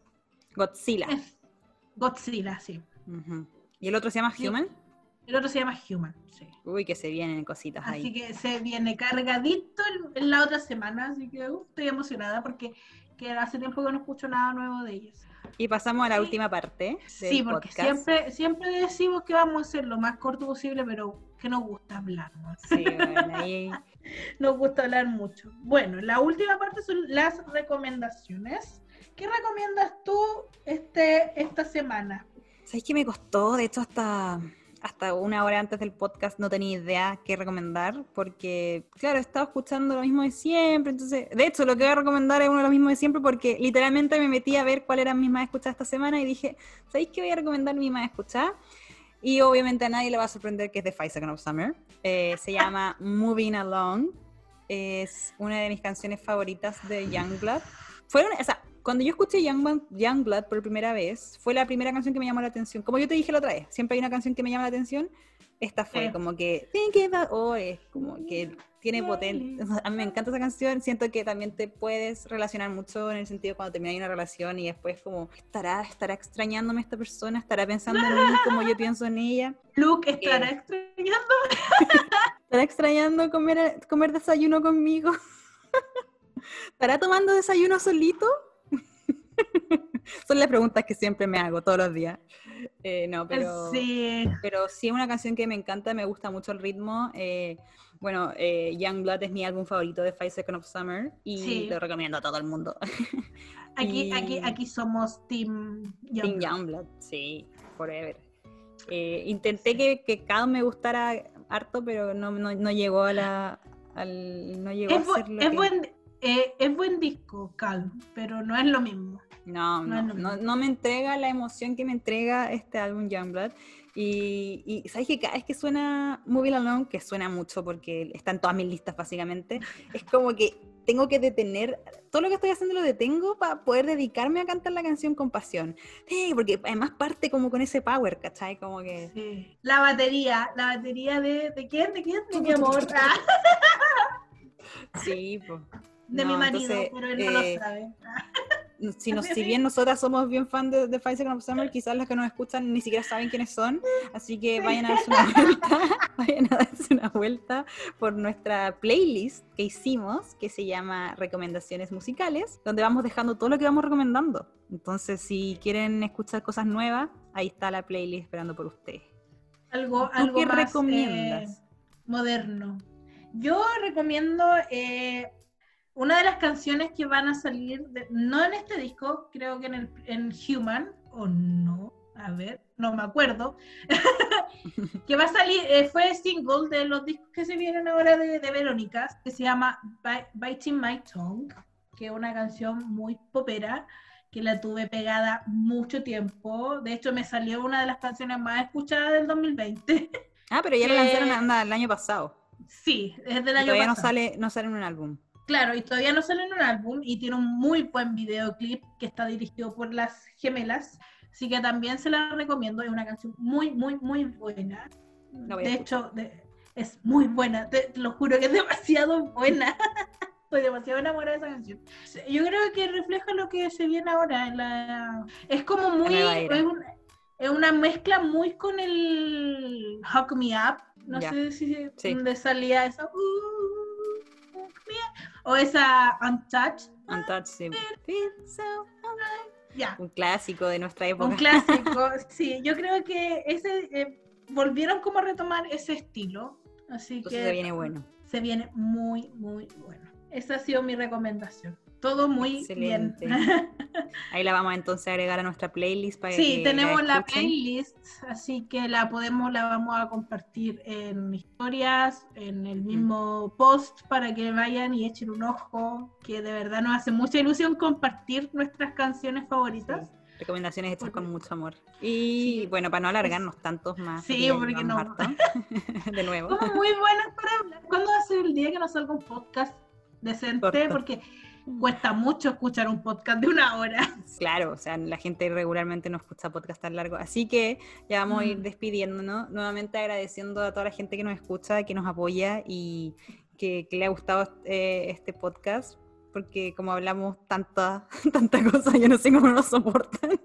Godzilla, sí. Uh-huh. ¿Y el otro se llama Human? El otro se llama Human, sí. Uy, que se vienen cositas ahí. Así que se viene cargadito en la otra semana, así que estoy emocionada porque hace tiempo que no escucho nada nuevo de ellos. Y pasamos a la última parte del Sí, porque podcast. siempre decimos que vamos a hacer lo más corto posible, pero que nos gusta hablar, ¿no? Sí, bueno, ahí... Nos gusta hablar mucho. Bueno, la última parte son las recomendaciones. ¿Qué recomiendas tú esta semana? ¿Sabes qué me costó? De hecho, hasta una hora antes del podcast no tenía idea qué recomendar, porque, claro, he estado escuchando lo mismo de siempre, entonces, de hecho, lo que voy a recomendar es uno de los mismos de siempre, porque literalmente me metí a ver cuál eran mis más escuchadas esta semana y dije, ¿sabéis qué voy a recomendar mi más escuchada? Y obviamente a nadie le va a sorprender que es de 5 Seconds of Summer. Se llama Moving Along. Es una de mis canciones favoritas de Youngblood. Cuando yo escuché Youngblood por primera vez, fue la primera canción que me llamó la atención. Como yo te dije la otra vez, siempre hay una canción que me llama la atención. Esta fue como que es como que tiene potencia. A mí me encanta esa canción. Siento que también te puedes relacionar mucho en el sentido cuando terminas una relación y después como estará extrañándome esta persona, estará pensando en mí como yo pienso en ella. Luke estará extrañándome. Estará extrañando comer desayuno conmigo. ¿Estará tomando desayuno solito? Son las preguntas que siempre me hago todos los días. No, pero Sí. pero sí es una canción que me encanta, me gusta mucho el ritmo. Youngblood es mi álbum favorito de 5 Seconds of Summer y Sí. lo recomiendo a todo el mundo. Aquí somos Team Team Youngblood. Youngblood, sí, forever. Intenté que Calm me gustara harto, pero no llegó no llegó a ser lo que... Es buen disco, Calm, pero no es lo mismo. No me entrega la emoción que me entrega este álbum Youngblood. Y sabes que cada vez que suena Moving Along, que suena mucho porque está en todas mis listas básicamente, es como que tengo que detener, todo lo que estoy haciendo lo detengo para poder dedicarme a cantar la canción con pasión. Sí, porque además parte como con ese power, ¿cachai? Como que... Sí. La batería ¿de quién? ¿De mi amor? Sí, pues. De mi marido, pero él no lo sabe. Si bien nosotras somos bien fan de 5 Seconds of Summer, quizás las que nos escuchan ni siquiera saben quiénes son, así que vayan a darse una vuelta por nuestra playlist que hicimos, que se llama Recomendaciones Musicales, donde vamos dejando todo lo que vamos recomendando. Entonces, si quieren escuchar cosas nuevas, ahí está la playlist esperando por ustedes. Algo ¿Qué más recomiendas? Moderno. Yo recomiendo una de las canciones que van a salir, no en este disco, creo que en Human, o no, a ver, no me acuerdo, que va a salir, fue single de los discos que se vienen ahora de Verónica, que se llama Biting My Tongue, que es una canción muy popera, que la tuve pegada mucho tiempo. De hecho, me salió una de las canciones más escuchadas del 2020. Ah, pero ya la lanzaron el año pasado. Sí, es del año todavía pasado. No sale en un álbum. Claro, y todavía no sale en un álbum y tiene un muy buen videoclip que está dirigido por las gemelas, así que también se la recomiendo. Es una canción muy, muy, muy buena. De hecho, es muy buena, te lo juro que es demasiado buena. Estoy demasiado enamorada de esa canción. Yo creo que refleja lo que se viene ahora. Es como muy... Es una mezcla muy con el Hug Me Up. No sé si donde salía esa... o esa Untouched. Sí. Un clásico de nuestra época. Un clásico, sí. Yo creo que volvieron como a retomar ese estilo. Así Entonces que se viene bueno. Se viene muy, muy bueno. Esa ha sido mi recomendación. Todo muy excelente. Bien. Ahí la vamos entonces a agregar a nuestra playlist para sí, que tenemos la playlist, así que la vamos a compartir en historias, en el mismo post para que vayan y echen un ojo, que de verdad nos hace mucha ilusión compartir nuestras canciones favoritas. Sí. Recomendaciones hechas con mucho amor. Y bueno, para no alargarnos tantos más. Sí, porque no. Harto, de nuevo. Como muy buenas para hablar. ¿Cuándo va a ser el día que nos salga un podcast decente? Corto. Porque cuesta mucho escuchar un podcast de 1 hora. Claro, o sea, la gente regularmente no escucha podcast tan largo. Así que ya vamos a ir despidiéndonos. Nuevamente agradeciendo a toda la gente que nos escucha, que nos apoya y que le ha gustado este podcast. Porque como hablamos tanta cosa, yo no sé cómo nos soportan.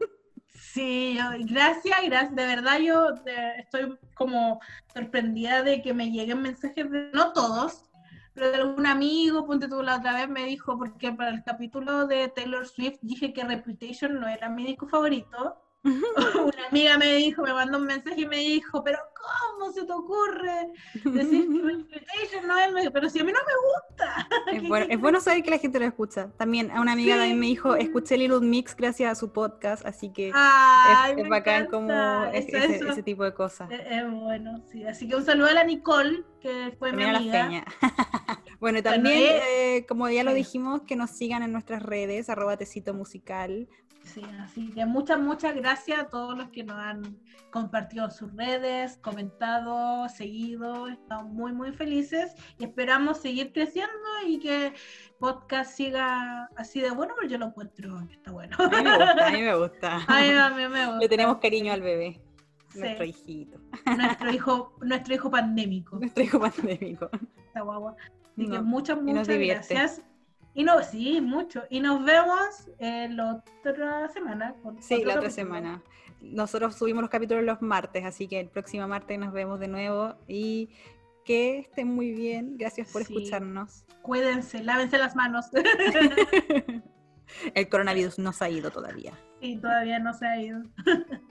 Sí, gracias, de verdad yo estoy como sorprendida de que me lleguen mensajes de, no todos, pero de algún amigo, ponte tú, la otra vez me dijo, porque para el capítulo de Taylor Swift dije que Reputation no era mi disco favorito. Una amiga me mandó un mensaje y me dijo, pero ¿cómo se te ocurre decir que Reputation no es? Pero si a mí no me gusta. Es bueno saber que la gente lo escucha. También a una amiga también me dijo, escuché Little Mix gracias a su podcast, así que es bacán como ese tipo de cosas. Es bueno, sí. Así que un saludo a la Nicole, que fue también mi amiga. A la Feña. Bueno, también, como ya lo dijimos, que nos sigan en nuestras redes, @tecito musical. Sí, así que muchas gracias a todos los que nos han compartido en sus redes, comentado, seguido. Estamos muy, muy felices y esperamos seguir creciendo y que el podcast siga así de bueno, pero yo lo encuentro que está bueno. A mí me gusta. A mí me gusta. Le tenemos cariño al bebé, nuestro hijito. Nuestro hijo pandémico. Nuestro hijo pandémico. Está guagua. Así que muchas gracias. Sí, mucho. Y nos vemos la otra semana. Sí, la otra semana. Nosotros subimos los capítulos los martes, así que el próximo martes nos vemos de nuevo. Y que estén muy bien. Gracias por escucharnos. Cuídense, lávense las manos. El coronavirus no se ha ido todavía. Sí, todavía no se ha ido.